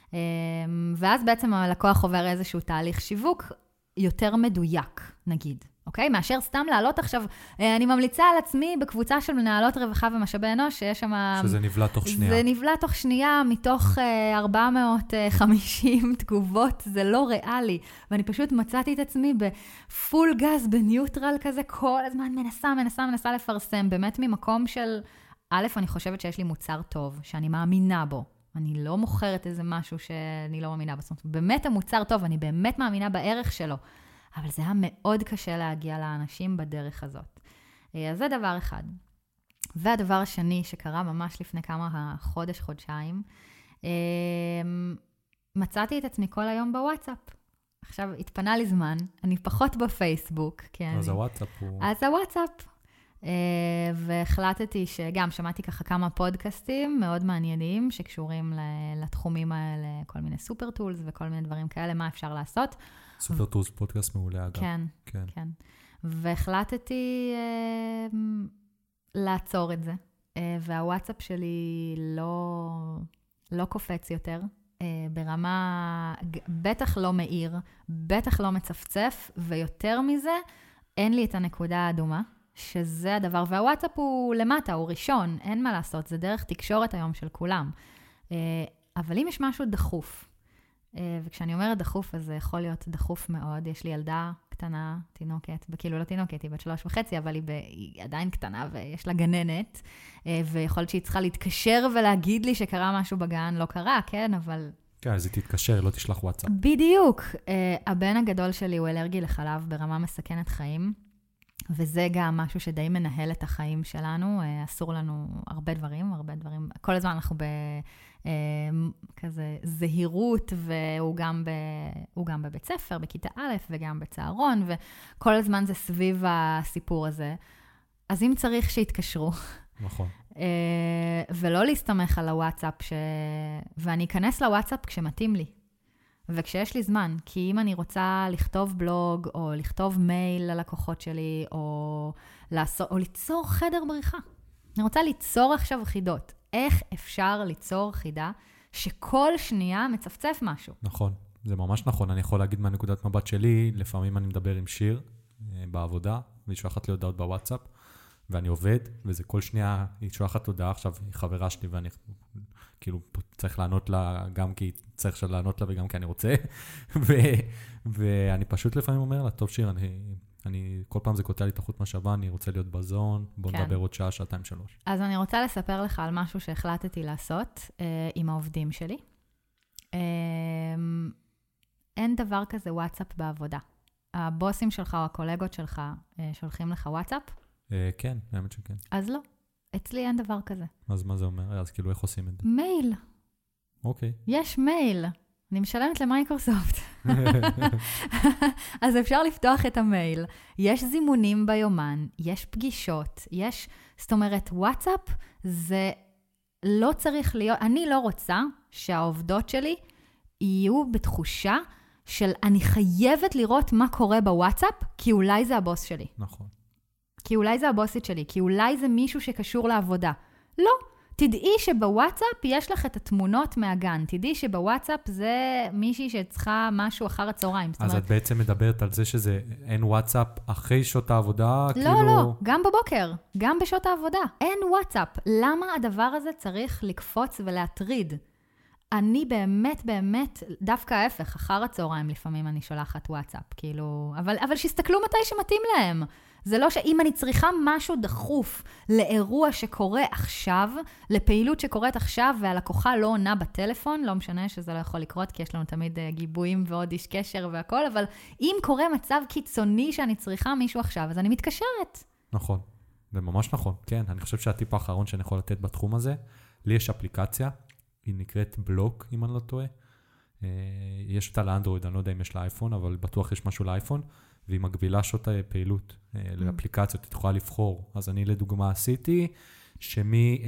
ואז בעצם הלקוח עובר איזשהו תהליך שיווק יותר מדויק, נגיד. אוקיי? מאשר סתם לעלות עכשיו, אני ממליצה על עצמי בקבוצה של מנהלות רווחה ומשאבי אנוש, שיש שם... שזה נבלע תוך שנייה. זה נבלע תוך שנייה, מתוך ארבע מאות וחמישים תגובות, זה לא ריאלי. ואני פשוט מצאתי את עצמי בפול גז, בניוטרל כזה, כל הזמן מנסה, מנסה, מנסה לפרסם, באמת ממקום של, א', אני חושבת שיש לי מוצר טוב, שאני מאמינה בו. אני לא מוכרת איזה משהו שאני לא מאמינה בו. זאת אומרת, באמת המוצר טוב, אני באמת מאמינה בערך שלו. אבל זה היה מאוד קשה להגיע לאנשים בדרך הזאת. אז זה דבר אחד. והדבר השני שקרה ממש לפני כמה חודש, חודשיים, מצאתי את עצמי כל היום בוואטסאפ. עכשיו, התפנה לי זמן, אני פחות בפייסבוק. אז הוואטסאפ הוא... אז הוואטסאפ. והחלטתי שגם שמעתי ככה כמה פודקאסטים מאוד מעניינים, שקשורים לתחומים האלה, כל מיני סופר טולס וכל מיני דברים כאלה, מה אפשר לעשות. סופר טולס פודקאסט מעולה אגב. כן, כן. כן. והחלטתי אה, לעצור את זה. אה, והוואטסאפ שלי לא, לא קופץ יותר. אה, ברמה, בטח לא מאיר, בטח לא מצפצף, ויותר מזה, אין לי את הנקודה האדומה, שזה הדבר. והוואטסאפ הוא למטה, הוא ראשון, אין מה לעשות, זה דרך תקשורת היום של כולם. אה, אבל אם יש משהו דחוף, וכשאני אומרת דחוף, אז זה יכול להיות דחוף מאוד. יש לי ילדה קטנה, תינוקת, כאילו לא תינוקת, היא בת שלוש וחצי, אבל היא, ב... היא עדיין קטנה ויש לה גננת, ויכול להיות שהיא צריכה להתקשר ולהגיד לי שקרה משהו בגן, לא קרה, כן, אבל... כן, אז היא תתקשר, לא תשלח וואטסאפ. בדיוק. הבן הגדול שלי הוא אלרגי לחלב ברמה מסכנת חיים, וזה גם משהו שדי מנהל את החיים שלנו. אסור לנו הרבה דברים, הרבה דברים. כל הזמן אנחנו ב... כזה זהירות, והוא גם, ב, הוא גם בבית ספר, בכיתה א' וגם בצהרון, וכל הזמן זה סביב הסיפור הזה. אז אם צריך שיתקשרו. נכון. ולא להסתמך על הוואטסאפ, ש... ואני אכנס לוואטסאפ כשמתאים לי, וכשיש לי זמן, כי אם אני רוצה לכתוב בלוג, או לכתוב מייל ללקוחות שלי, או, לעשות, או ליצור חדר בריחה. אני רוצה ליצור עכשיו חידות. איך אפשר ליצור חידה שכל שנייה מצפצף משהו? נכון, זה ממש נכון. אני יכול להגיד מהנקודת מבט שלי, לפעמים אני מדבר עם שיר בעבודה, והיא שולחת לי הודעות בוואטסאפ, ואני עובד, וזה כל שנייה, היא שולחת הודעה, עכשיו היא חברה שלי, ואני כאילו צריך לענות לה, גם כי צריך לענות לה, וגם כי אני רוצה, ואני פשוט לפעמים אומר לה, טוב שיר, אני... אני, כל פעם זה קוטע לי את החוט משאבה, אני רוצה להיות בזון, בוא נדבר עוד שעה, שעתיים, שלוש. אז אני רוצה לספר לך על משהו שהחלטתי לעשות אה, עם העובדים שלי. אה, אין דבר כזה וואטסאפ בעבודה. הבוסים שלך או הקולגות שלך אה, שולחים לך וואטסאפ? אה, כן, האמת שכן. אז לא, אצלי אין דבר כזה. אז מה זה אומר? אז כאילו איך עושים את זה? מייל. אוקיי. יש מייל. אני משלמת למייקרוסופט. אז אפשר לפתוח את המייל. יש זימונים ביומן, יש פגישות, יש, זאת אומרת, וואטסאפ זה לא צריך להיות, אני לא רוצה שהעובדות שלי יהיו בתחושה של אני חייבת לראות מה קורה בוואטסאפ, כי אולי זה הבוס שלי. נכון. כי אולי זה הבוסית שלי, כי אולי זה מישהו שקשור לעבודה. לא. תדעי שבוואטסאפ יש לך את התמונות מהגן. תדעי שבוואטסאפ זה מישהי שצריכה משהו אחר הצהריים. אז את בעצם מדברת על זה שזה אין וואטסאפ אחרי שעות העבודה? לא, כאילו... לא, גם בבוקר, גם בשעות העבודה. אין וואטסאפ. למה הדבר הזה צריך לקפוץ ולהטריד? אני באמת, באמת, דווקא ההפך, אחר הצהריים לפעמים אני שולחת וואטסאפ, כאילו, אבל, אבל שיסתכלו מתי שמתאים להם. זה לא שאם אני צריכה משהו דחוף לאירוע שקורה עכשיו, לפעילות שקורית עכשיו, והלקוחה לא עונה בטלפון, לא משנה שזה לא יכול לקרות, כי יש לנו תמיד גיבויים ועוד איש קשר והכל, אבל אם קורה מצב קיצוני שאני צריכה מישהו עכשיו, אז אני מתקשרת. נכון, זה ממש נכון. כן, אני חושב שהטיפ האחרון שאני יכול לתת בתחום הזה, לי יש אפליקציה, היא נקראת בלוק, אם אני לא טועה. יש אותה לאנדרואיד, אני לא יודע אם יש לאייפון, אבל בטוח יש משהו לאייפון, והיא מגבילה שעות פעילות לאפליקציות, היא תוכל לבחור. אז אני לדוגמה עשיתי, שמי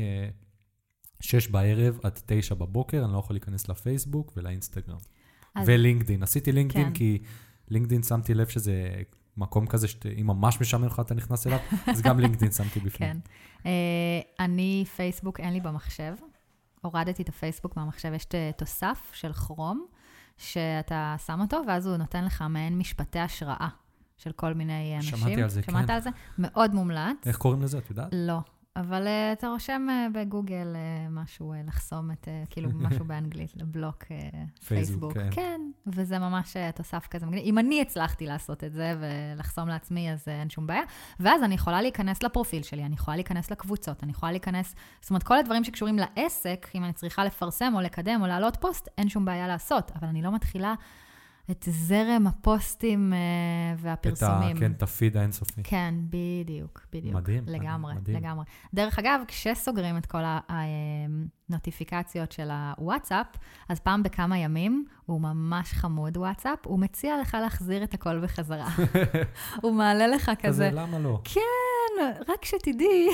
שש בערב עד תשע בבוקר, אני לא יכול להיכנס לפייסבוק ולאינסטגרם. ולינקדין. עשיתי לינקדין, כי לינקדין שמתי לב שזה מקום כזה, שאם ממש משמן לך אתה נכנס אליו, אז גם לינקדין שמתי בפנים. כן. אני פייסבוק אין לי במחשב. הורדתי את הפייסבוק מהמחשב, יש תוסף של כרום, שאתה שם אותו, ואז הוא נותן לך מעין משפטי השראה של כל מיני אנשים. שמעתי על זה, כן. שמעת על זה? מאוד מומלץ. איך קוראים לזה, את יודעת? לא. אבל uh, אתה רושם uh, בגוגל uh, משהו, uh, לחסום את, uh, כאילו משהו באנגלית, לבלוק uh, פייסבוק. כן. כן, וזה ממש uh, תוסף כזה. אם אני הצלחתי לעשות את זה ולחסום לעצמי, אז uh, אין שום בעיה. ואז אני יכולה להיכנס לפרופיל שלי, אני יכולה להיכנס לקבוצות, אני יכולה להיכנס, זאת אומרת, כל הדברים שקשורים לעסק, אם אני צריכה לפרסם או לקדם או להעלות פוסט, אין שום בעיה לעשות. אבל אני לא מתחילה את זרם הפוסטים uh, והפרסומים. את ה, כן, את הפיד האינסופי. כן, בדיוק, בדיוק. מדהים. לגמרי, מדהים. לגמרי. דרך אגב, כשסוגרים את כל הנוטיפיקציות של הוואטסאפ, אז פעם בכמה ימים, הוא ממש חמוד וואטסאפ, הוא מציע לך להחזיר את הכל בחזרה. הוא מעלה לך כזה. כזה, למה לא? כן, רק שתדעי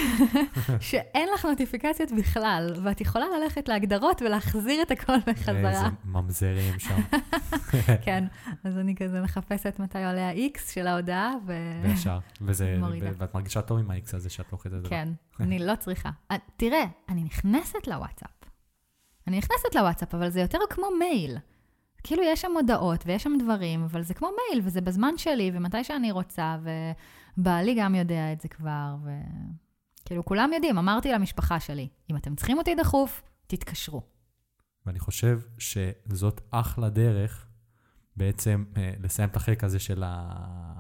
שאין לך נוטיפיקציות בכלל, ואת יכולה ללכת להגדרות ולהחזיר את הכל בחזרה. איזה ממזרים שם. כן, אז אני כזה מחפשת מתי עולה ה-X של ההודעה, ו... וישר, ואת מרגישה טוב עם ה-X הזה שאת לוחצת את זה. כן, אני לא צריכה. תראה, אני נכנסת לוואטסאפ. אני נכנסת לוואטסאפ, אבל זה יותר כמו מייל. כאילו יש שם הודעות ויש שם דברים, אבל זה כמו מייל, וזה בזמן שלי, ומתי שאני רוצה, ובעלי גם יודע את זה כבר, וכאילו כולם יודעים, אמרתי למשפחה שלי, אם אתם צריכים אותי דחוף, תתקשרו. ואני חושב שזאת אחלה דרך, בעצם לסיים את החלק הזה של, ה...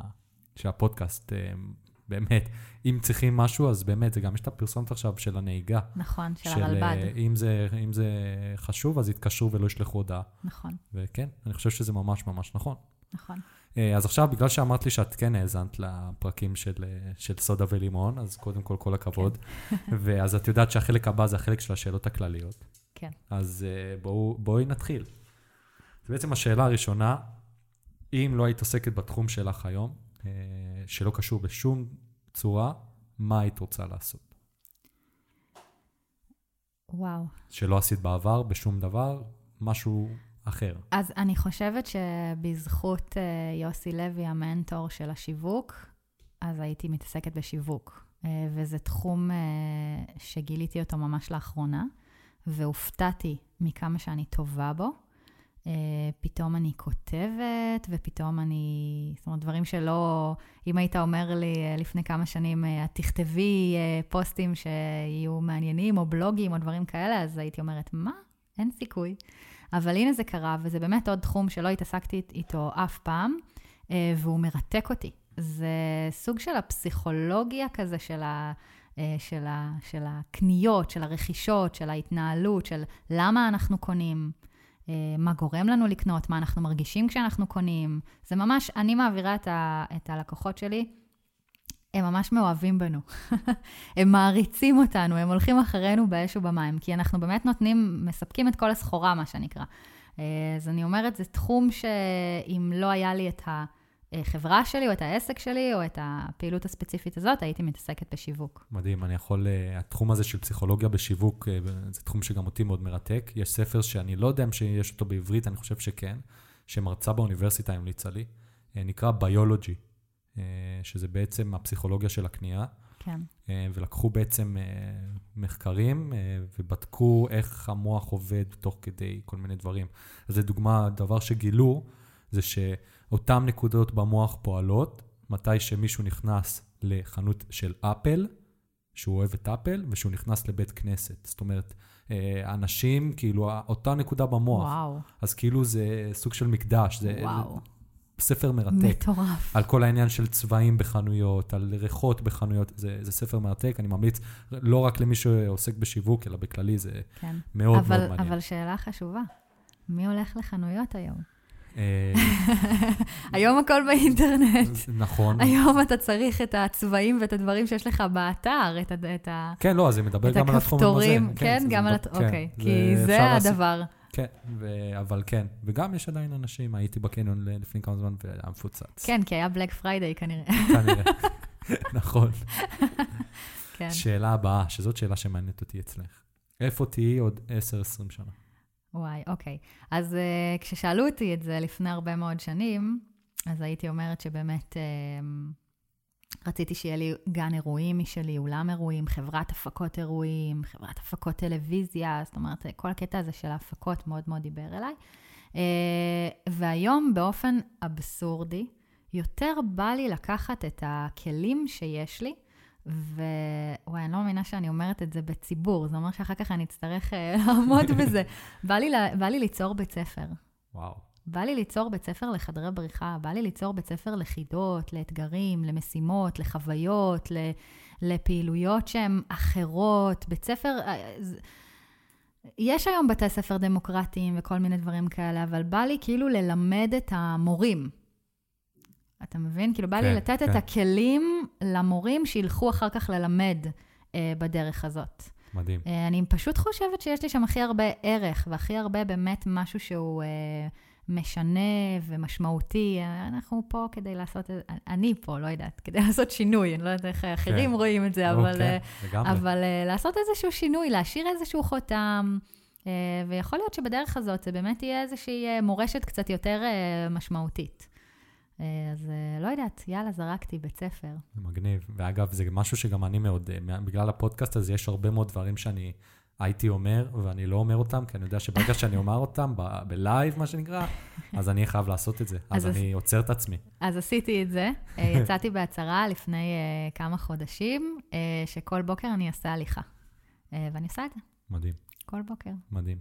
של הפודקאסט. באמת, אם צריכים משהו, אז באמת, זה גם יש את הפרסומת עכשיו של הנהיגה. נכון, של, של הרלב"ד. אם זה, אם זה חשוב, אז יתקשרו ולא ישלחו הודעה. נכון. וכן, אני חושב שזה ממש ממש נכון. נכון. אז עכשיו, בגלל שאמרת לי שאת כן האזנת לפרקים של, של סודה ולימון, אז קודם כל, כל הכבוד. כן. ואז את יודעת שהחלק הבא זה החלק של השאלות הכלליות. כן. אז בואו, בואי נתחיל. זה בעצם השאלה הראשונה, אם לא היית עוסקת בתחום שלך היום, שלא קשור בשום צורה, מה היית רוצה לעשות? וואו. שלא עשית בעבר, בשום דבר, משהו אחר. אז אני חושבת שבזכות יוסי לוי, המנטור של השיווק, אז הייתי מתעסקת בשיווק. וזה תחום שגיליתי אותו ממש לאחרונה, והופתעתי מכמה שאני טובה בו. Uh, פתאום אני כותבת, ופתאום אני, זאת אומרת, דברים שלא, אם היית אומר לי uh, לפני כמה שנים, uh, תכתבי uh, פוסטים שיהיו מעניינים, או בלוגים, או דברים כאלה, אז הייתי אומרת, מה? אין סיכוי. אבל הנה זה קרה, וזה באמת עוד תחום שלא התעסקתי איתו אף פעם, uh, והוא מרתק אותי. זה סוג של הפסיכולוגיה כזה של ה... של, ה, של הקניות, של הרכישות, של ההתנהלות, של למה אנחנו קונים, מה גורם לנו לקנות, מה אנחנו מרגישים כשאנחנו קונים. זה ממש, אני מעבירה את, ה, את הלקוחות שלי, הם ממש מאוהבים בנו. הם מעריצים אותנו, הם הולכים אחרינו באש ובמים, כי אנחנו באמת נותנים, מספקים את כל הסחורה, מה שנקרא. אז אני אומרת, זה תחום שאם לא היה לי את החברה שלי, או את העסק שלי, או את הפעילות הספציפית הזאת, הייתי מתעסקת בשיווק. מדהים, אני יכול, התחום הזה של פסיכולוגיה בשיווק, זה תחום שגם אותי מאוד מרתק. יש ספר שאני לא יודע אם שיש אותו בעברית, אני חושב שכן, שמרצה באוניברסיטה המליצה לי, נקרא ביולוגי, שזה בעצם הפסיכולוגיה של הקנייה. כן. ולקחו בעצם מחקרים ובדקו איך המוח עובד תוך כדי כל מיני דברים. אז זה דוגמה, דבר שגילו, זה שאותם נקודות במוח פועלות, מתי שמישהו נכנס לחנות של אפל, שהוא אוהב את אפל, ושהוא נכנס לבית כנסת. זאת אומרת, אנשים, כאילו, אותה נקודה במוח. וואו. אז כאילו זה סוג של מקדש. זה, וואו. זה ספר מרתק. מטורף. על כל העניין של צבעים בחנויות, על ריחות בחנויות. זה, זה ספר מרתק. אני ממליץ לא רק למי שעוסק בשיווק, אלא בכללי, זה כן. מאוד אבל, מאוד מעניין. אבל שאלה חשובה. מי הולך לחנויות היום? היום הכל באינטרנט. נכון. היום אתה צריך את הצבעים ואת הדברים שיש לך באתר, את ה... כן, לא, אז זה מדבר גם על התחום הזה. כן, גם על התחום, אוקיי, כי זה הדבר. כן, אבל כן, וגם יש עדיין אנשים, הייתי בקניון לפני כמה זמן והיה מפוצץ. כן, כי היה בלק פריידיי כנראה. כנראה, נכון. שאלה הבאה, שזאת שאלה שמעניינת אותי אצלך. איפה תהיי עוד עשר עשרים שנה? וואי, אוקיי. אז uh, כששאלו אותי את זה לפני הרבה מאוד שנים, אז הייתי אומרת שבאמת uh, רציתי שיהיה לי גן אירועים משלי, אולם אירועים, חברת הפקות אירועים, חברת הפקות טלוויזיה, זאת אומרת, כל הקטע הזה של ההפקות מאוד מאוד דיבר אליי. Uh, והיום באופן אבסורדי, יותר בא לי לקחת את הכלים שיש לי, ווואי, אני לא מאמינה שאני אומרת את זה בציבור, זה אומר שאחר כך אני אצטרך לעמוד בזה. בא לי, בא לי ליצור בית ספר. וואו. בא לי ליצור בית ספר לחדרי בריחה, בא לי ליצור בית ספר לחידות, לאתגרים, למשימות, לחוויות, לפעילויות שהן אחרות. בית ספר, יש היום בתי ספר דמוקרטיים וכל מיני דברים כאלה, אבל בא לי כאילו ללמד את המורים. אתה מבין? כאילו, בא לי לתת את הכלים למורים שילכו אחר כך ללמד בדרך הזאת. מדהים. אני פשוט חושבת שיש לי שם הכי הרבה ערך, והכי הרבה באמת משהו שהוא משנה ומשמעותי. אנחנו פה כדי לעשות, אני פה, לא יודעת, כדי לעשות שינוי. אני לא יודעת איך אחרים רואים את זה, אבל לעשות איזשהו שינוי, להשאיר איזשהו חותם, ויכול להיות שבדרך הזאת זה באמת יהיה איזושהי מורשת קצת יותר משמעותית. אז לא יודעת, יאללה, זרקתי בית ספר. זה מגניב. ואגב, זה משהו שגם אני מאוד, בגלל הפודקאסט הזה יש הרבה מאוד דברים שאני הייתי אומר, ואני לא אומר אותם, כי אני יודע שברגע שאני אומר אותם, בלייב, מה שנקרא, אז אני חייב לעשות את זה. אז אני עוצר את עצמי. אז עשיתי את זה. יצאתי בהצהרה לפני כמה חודשים, שכל בוקר אני אעשה הליכה. ואני עושה את זה. מדהים. כל בוקר. מדהים.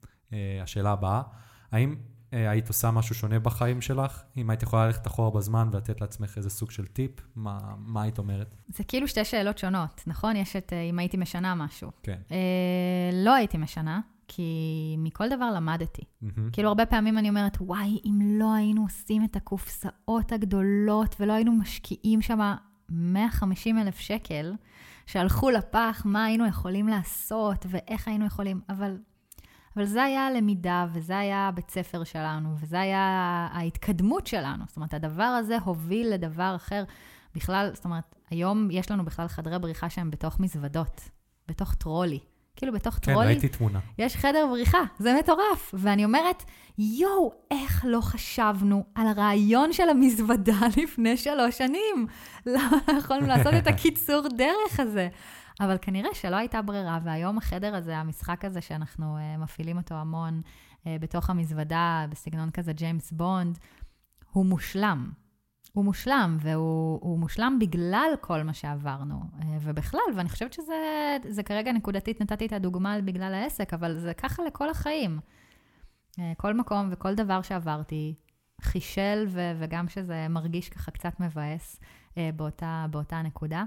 השאלה הבאה, האם היית עושה משהו שונה בחיים שלך? אם היית יכולה ללכת אחורה בזמן ולתת לעצמך איזה סוג של טיפ, מה, מה היית אומרת? זה כאילו שתי שאלות שונות, נכון? יש את אם הייתי משנה משהו. כן. אה, לא הייתי משנה, כי מכל דבר למדתי. Mm-hmm. כאילו הרבה פעמים אני אומרת, וואי, אם לא היינו עושים את הקופסאות הגדולות, ולא היינו משקיעים שם מאה וחמישים אלף שקל, שהלכו לפח, מה היינו יכולים לעשות, ואיך היינו יכולים, אבל... אבל זה היה הלמידה, וזה היה הבית ספר שלנו, וזה היה ההתקדמות שלנו. זאת אומרת, הדבר הזה הוביל לדבר אחר. בכלל, זאת אומרת, היום יש לנו בכלל חדרי בריחה שהם בתוך מזוודות, בתוך טרולי. כאילו בתוך כן, טרולי. כן, ראיתי תמונה. יש חדר בריחה, זה מטורף. ואני אומרת, יואו, איך לא חשבנו על הרעיון של המזוודה לפני שלוש שנים? לא יכולנו לעשות את הקיצור דרך הזה. אבל כנראה שלא הייתה ברירה, והיום החדר הזה, המשחק הזה שאנחנו uh, מפעילים אותו המון uh, בתוך המזוודה, בסגנון כזה ג'יימס בונד, הוא מושלם. הוא מושלם, והוא מושלם בגלל כל מה שעברנו. Uh, ובכלל, ואני חושבת שזה זה כרגע נקודתית, נתתי את הדוגמה בגלל העסק, אבל זה ככה לכל החיים. Uh, כל מקום וכל דבר שעברתי, חישל, ו- וגם שזה מרגיש ככה קצת מבאס uh, באותה, באותה נקודה.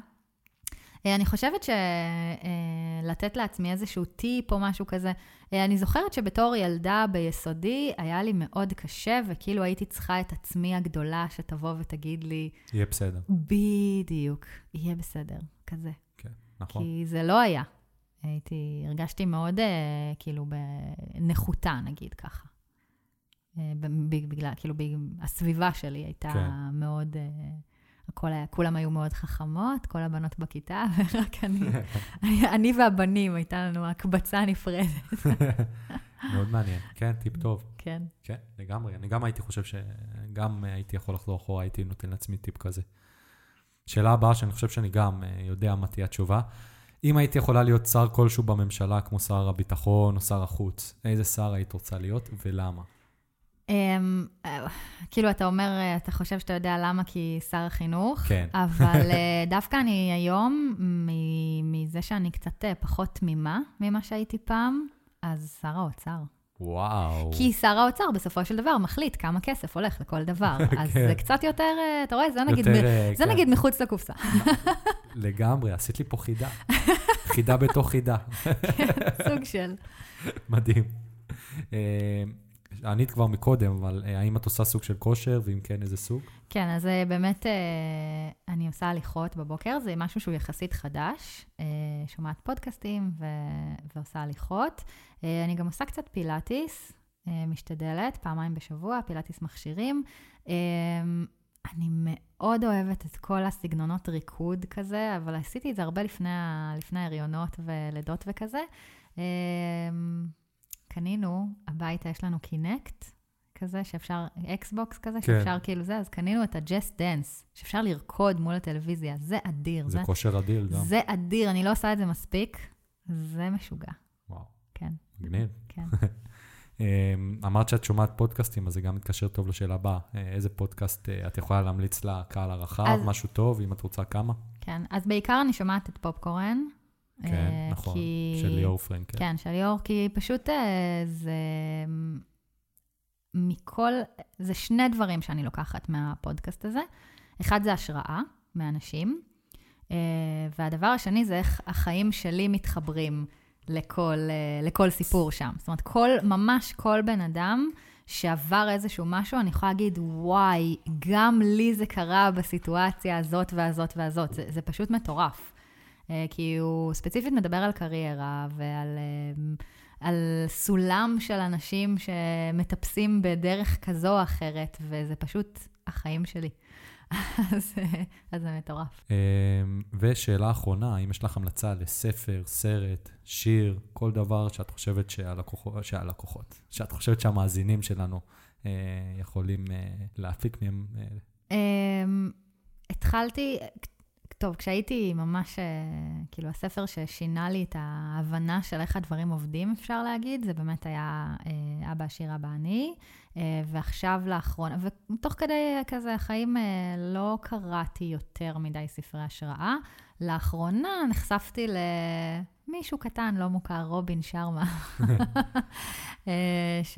אני חושבת שלתת לעצמי איזשהו טיפ או משהו כזה, אני זוכרת שבתור ילדה ביסודי היה לי מאוד קשה, וכאילו הייתי צריכה את עצמי הגדולה שתבוא ותגיד לי... יהיה בסדר. בדיוק, יהיה בסדר, כזה. כן, נכון. כי זה לא היה. הייתי, הרגשתי מאוד כאילו בנחותה, נגיד ככה. בגלל, כאילו, הסביבה שלי הייתה כן. מאוד, הכל היה, כולם היו מאוד חכמות, כל הבנות בכיתה, ורק אני, אני והבנים, הייתה לנו הקבצה נפרדת. מאוד מעניין. כן, טיפ טוב. כן. כן, לגמרי. אני גם הייתי חושב שגם הייתי יכול לחזור אחורה, הייתי נותן לעצמי טיפ כזה. שאלה הבאה, שאני חושב שאני גם יודע מה תהיה התשובה. אם הייתי יכולה להיות שר כלשהו בממשלה, כמו שר הביטחון או שר החוץ, איזה שר היית רוצה להיות ולמה? כאילו, אתה אומר, אתה חושב שאתה יודע למה, כי שר החינוך. כן. אבל דווקא אני היום, מזה שאני קצת פחות תמימה ממה שהייתי פעם, אז שר האוצר. וואו. כי שר האוצר בסופו של דבר מחליט כמה כסף הולך לכל דבר. אז זה קצת יותר, אתה רואה, זה נגיד מחוץ לקופסה. לגמרי, עשית לי פה חידה. חידה בתוך חידה. סוג של. מדהים. ענית כבר מקודם, אבל האם את עושה סוג של כושר, ואם כן, איזה סוג? כן, אז באמת אני עושה הליכות בבוקר, זה משהו שהוא יחסית חדש, שומעת פודקאסטים ועושה הליכות. אני גם עושה קצת פילאטיס, משתדלת, פעמיים בשבוע, פילאטיס מכשירים. אני מאוד אוהבת את כל הסגנונות ריקוד כזה, אבל עשיתי את זה הרבה לפני, לפני הריונות ולידות וכזה. קנינו, הביתה יש לנו קינקט כזה, שאפשר, אקסבוקס כזה, כן. שאפשר כאילו זה, אז קנינו את ה-Just Dance, שאפשר לרקוד מול הטלוויזיה, זה אדיר. זה, זה כושר אדיר גם. זה אדיר, אני לא עושה את זה מספיק, זה משוגע. וואו. כן. מגניב. כן. אמרת שאת שומעת פודקאסטים, אז זה גם מתקשר טוב לשאלה הבאה. איזה פודקאסט את יכולה להמליץ לקהל הרחב, אז... משהו טוב, אם את רוצה כמה? כן, אז בעיקר אני שומעת את פופקורן, כן, נכון, של ליאור פרנקל. כן, של ליאור, כי פשוט זה מכל, זה שני דברים שאני לוקחת מהפודקאסט הזה. אחד זה השראה מאנשים, והדבר השני זה איך החיים שלי מתחברים לכל, לכל סיפור שם. זאת אומרת, כל, ממש כל בן אדם שעבר איזשהו משהו, אני יכולה להגיד, וואי, גם לי זה קרה בסיטואציה הזאת והזאת והזאת. זה, זה פשוט מטורף. כי הוא ספציפית מדבר על קריירה ועל על סולם של אנשים שמטפסים בדרך כזו או אחרת, וזה פשוט החיים שלי. אז, אז זה מטורף. ושאלה אחרונה, האם יש לך המלצה לספר, סרט, שיר, כל דבר שאת חושבת שהלקוחות, שהלקוחות, שאת חושבת שהמאזינים שלנו יכולים להפיק מהם? התחלתי... טוב, כשהייתי ממש, כאילו, הספר ששינה לי את ההבנה של איך הדברים עובדים, אפשר להגיד, זה באמת היה אבא עשיר אבא עני, ועכשיו לאחרונה, ותוך כדי כזה החיים לא קראתי יותר מדי ספרי השראה. לאחרונה נחשפתי למישהו קטן, לא מוכר, רובין שרמה, ש...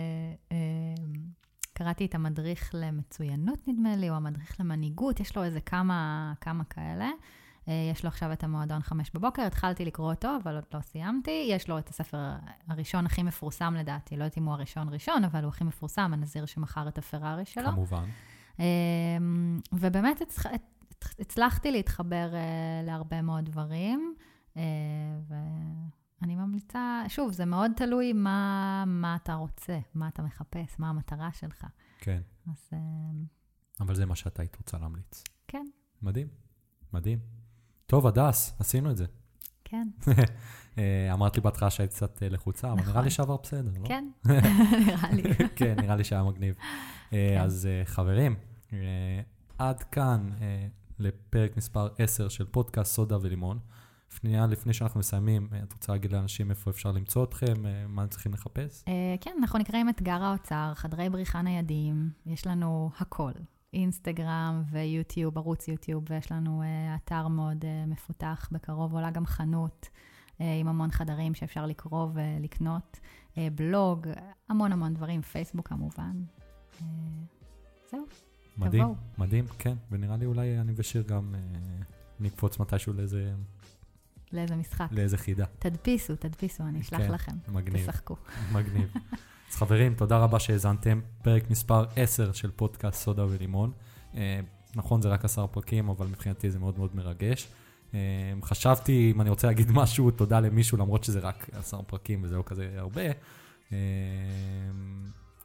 קראתי את המדריך למצוינות, נדמה לי, או המדריך למנהיגות, יש לו איזה כמה, כמה כאלה. יש לו עכשיו את המועדון חמש בבוקר, התחלתי לקרוא אותו, אבל עוד לא סיימתי. יש לו את הספר הראשון הכי מפורסם לדעתי, לא יודעת אם הוא הראשון ראשון, אבל הוא הכי מפורסם, הנזיר שמכר את הפרארי שלו. כמובן. ובאמת הצלחתי להתחבר להרבה מאוד דברים, ו... אני ממליצה, שוב, זה מאוד תלוי מה, מה אתה רוצה, מה אתה מחפש, מה המטרה שלך. כן. אז... אבל זה מה שאתה היית רוצה להמליץ. כן. מדהים, מדהים. טוב, הדס, עשינו את זה. כן. אמרת לי בהתחלה שהיית קצת לחוצה, אבל נראה לי שעבר בסדר, לא? כן, נראה לי. כן, נראה לי שהיה מגניב. אז חברים, עד כאן לפרק מספר עשר של פודקאסט סודה ולימון. לפני, לפני שאנחנו מסיימים, את רוצה להגיד לאנשים איפה אפשר למצוא אתכם, מה צריכים לחפש? כן, אנחנו נקראים אתגר האוצר, חדרי בריחה ניידים, יש לנו הכל, אינסטגרם ויוטיוב, ערוץ יוטיוב, ויש לנו אתר מאוד מפותח, בקרוב עולה גם חנות עם המון חדרים שאפשר לקרוא ולקנות, בלוג, המון המון דברים, פייסבוק כמובן. זהו, מדהים, תבואו. מדהים, כן, ונראה לי אולי אני ושיר גם נקפוץ מתישהו לאיזה... לאיזה משחק. לאיזה חידה. תדפיסו, תדפיסו, אני אשלח כן, לכם. מגניב. תשחקו. מגניב. אז חברים, תודה רבה שהאזנתם. פרק מספר עשר של פודקאסט סודה ולימון. אה, נכון, זה רק עשרה פרקים, אבל מבחינתי זה מאוד מאוד מרגש. אה, חשבתי, אם אני רוצה להגיד משהו, תודה למישהו, למרות שזה רק עשרה פרקים וזה לא כזה הרבה. אה,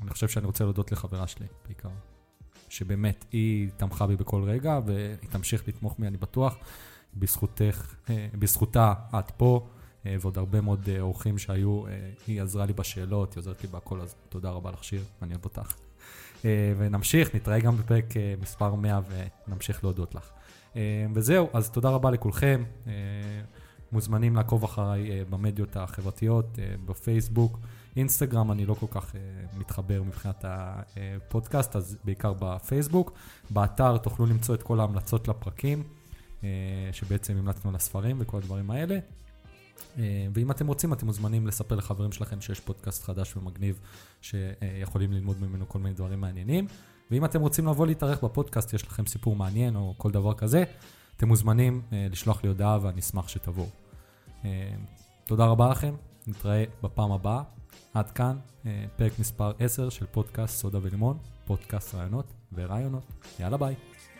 אני חושב שאני רוצה להודות לחברה שלי, בעיקר, שבאמת היא תמכה בי בכל רגע, והיא תמשיך לתמוך בי, אני בטוח, בזכותך, בזכותה את פה, ועוד הרבה מאוד אורחים שהיו, היא עזרה לי בשאלות, היא עוזרת לי בהכל, אז תודה רבה לך שיר, אני אוהב אותך. ונמשיך, נתראה גם בפרק מספר מאה, ונמשיך להודות לך. וזהו, אז תודה רבה לכולכם, מוזמנים לעקוב אחריי במדיות החברתיות, בפייסבוק, אינסטגרם, אני לא כל כך מתחבר מבחינת הפודקאסט, אז בעיקר בפייסבוק. באתר תוכלו למצוא את כל ההמלצות לפרקים, שבעצם המלצנו על הספרים וכל הדברים האלה. ואם אתם רוצים, אתם מוזמנים לספר לחברים שלכם שיש פודקאסט חדש ומגניב, שיכולים ללמוד ממנו כל מיני דברים מעניינים. ואם אתם רוצים לבוא להתארח בפודקאסט, יש לכם סיפור מעניין או כל דבר כזה, אתם מוזמנים לשלוח לי הודעה ואני אשמח שתבואו. תודה רבה לכם, נתראה בפעם הבאה. עד כאן פרק מספר עשר של פודקאסט סודה ולימון, פודקאסט רעיונות ורעיונות. יאללה ביי.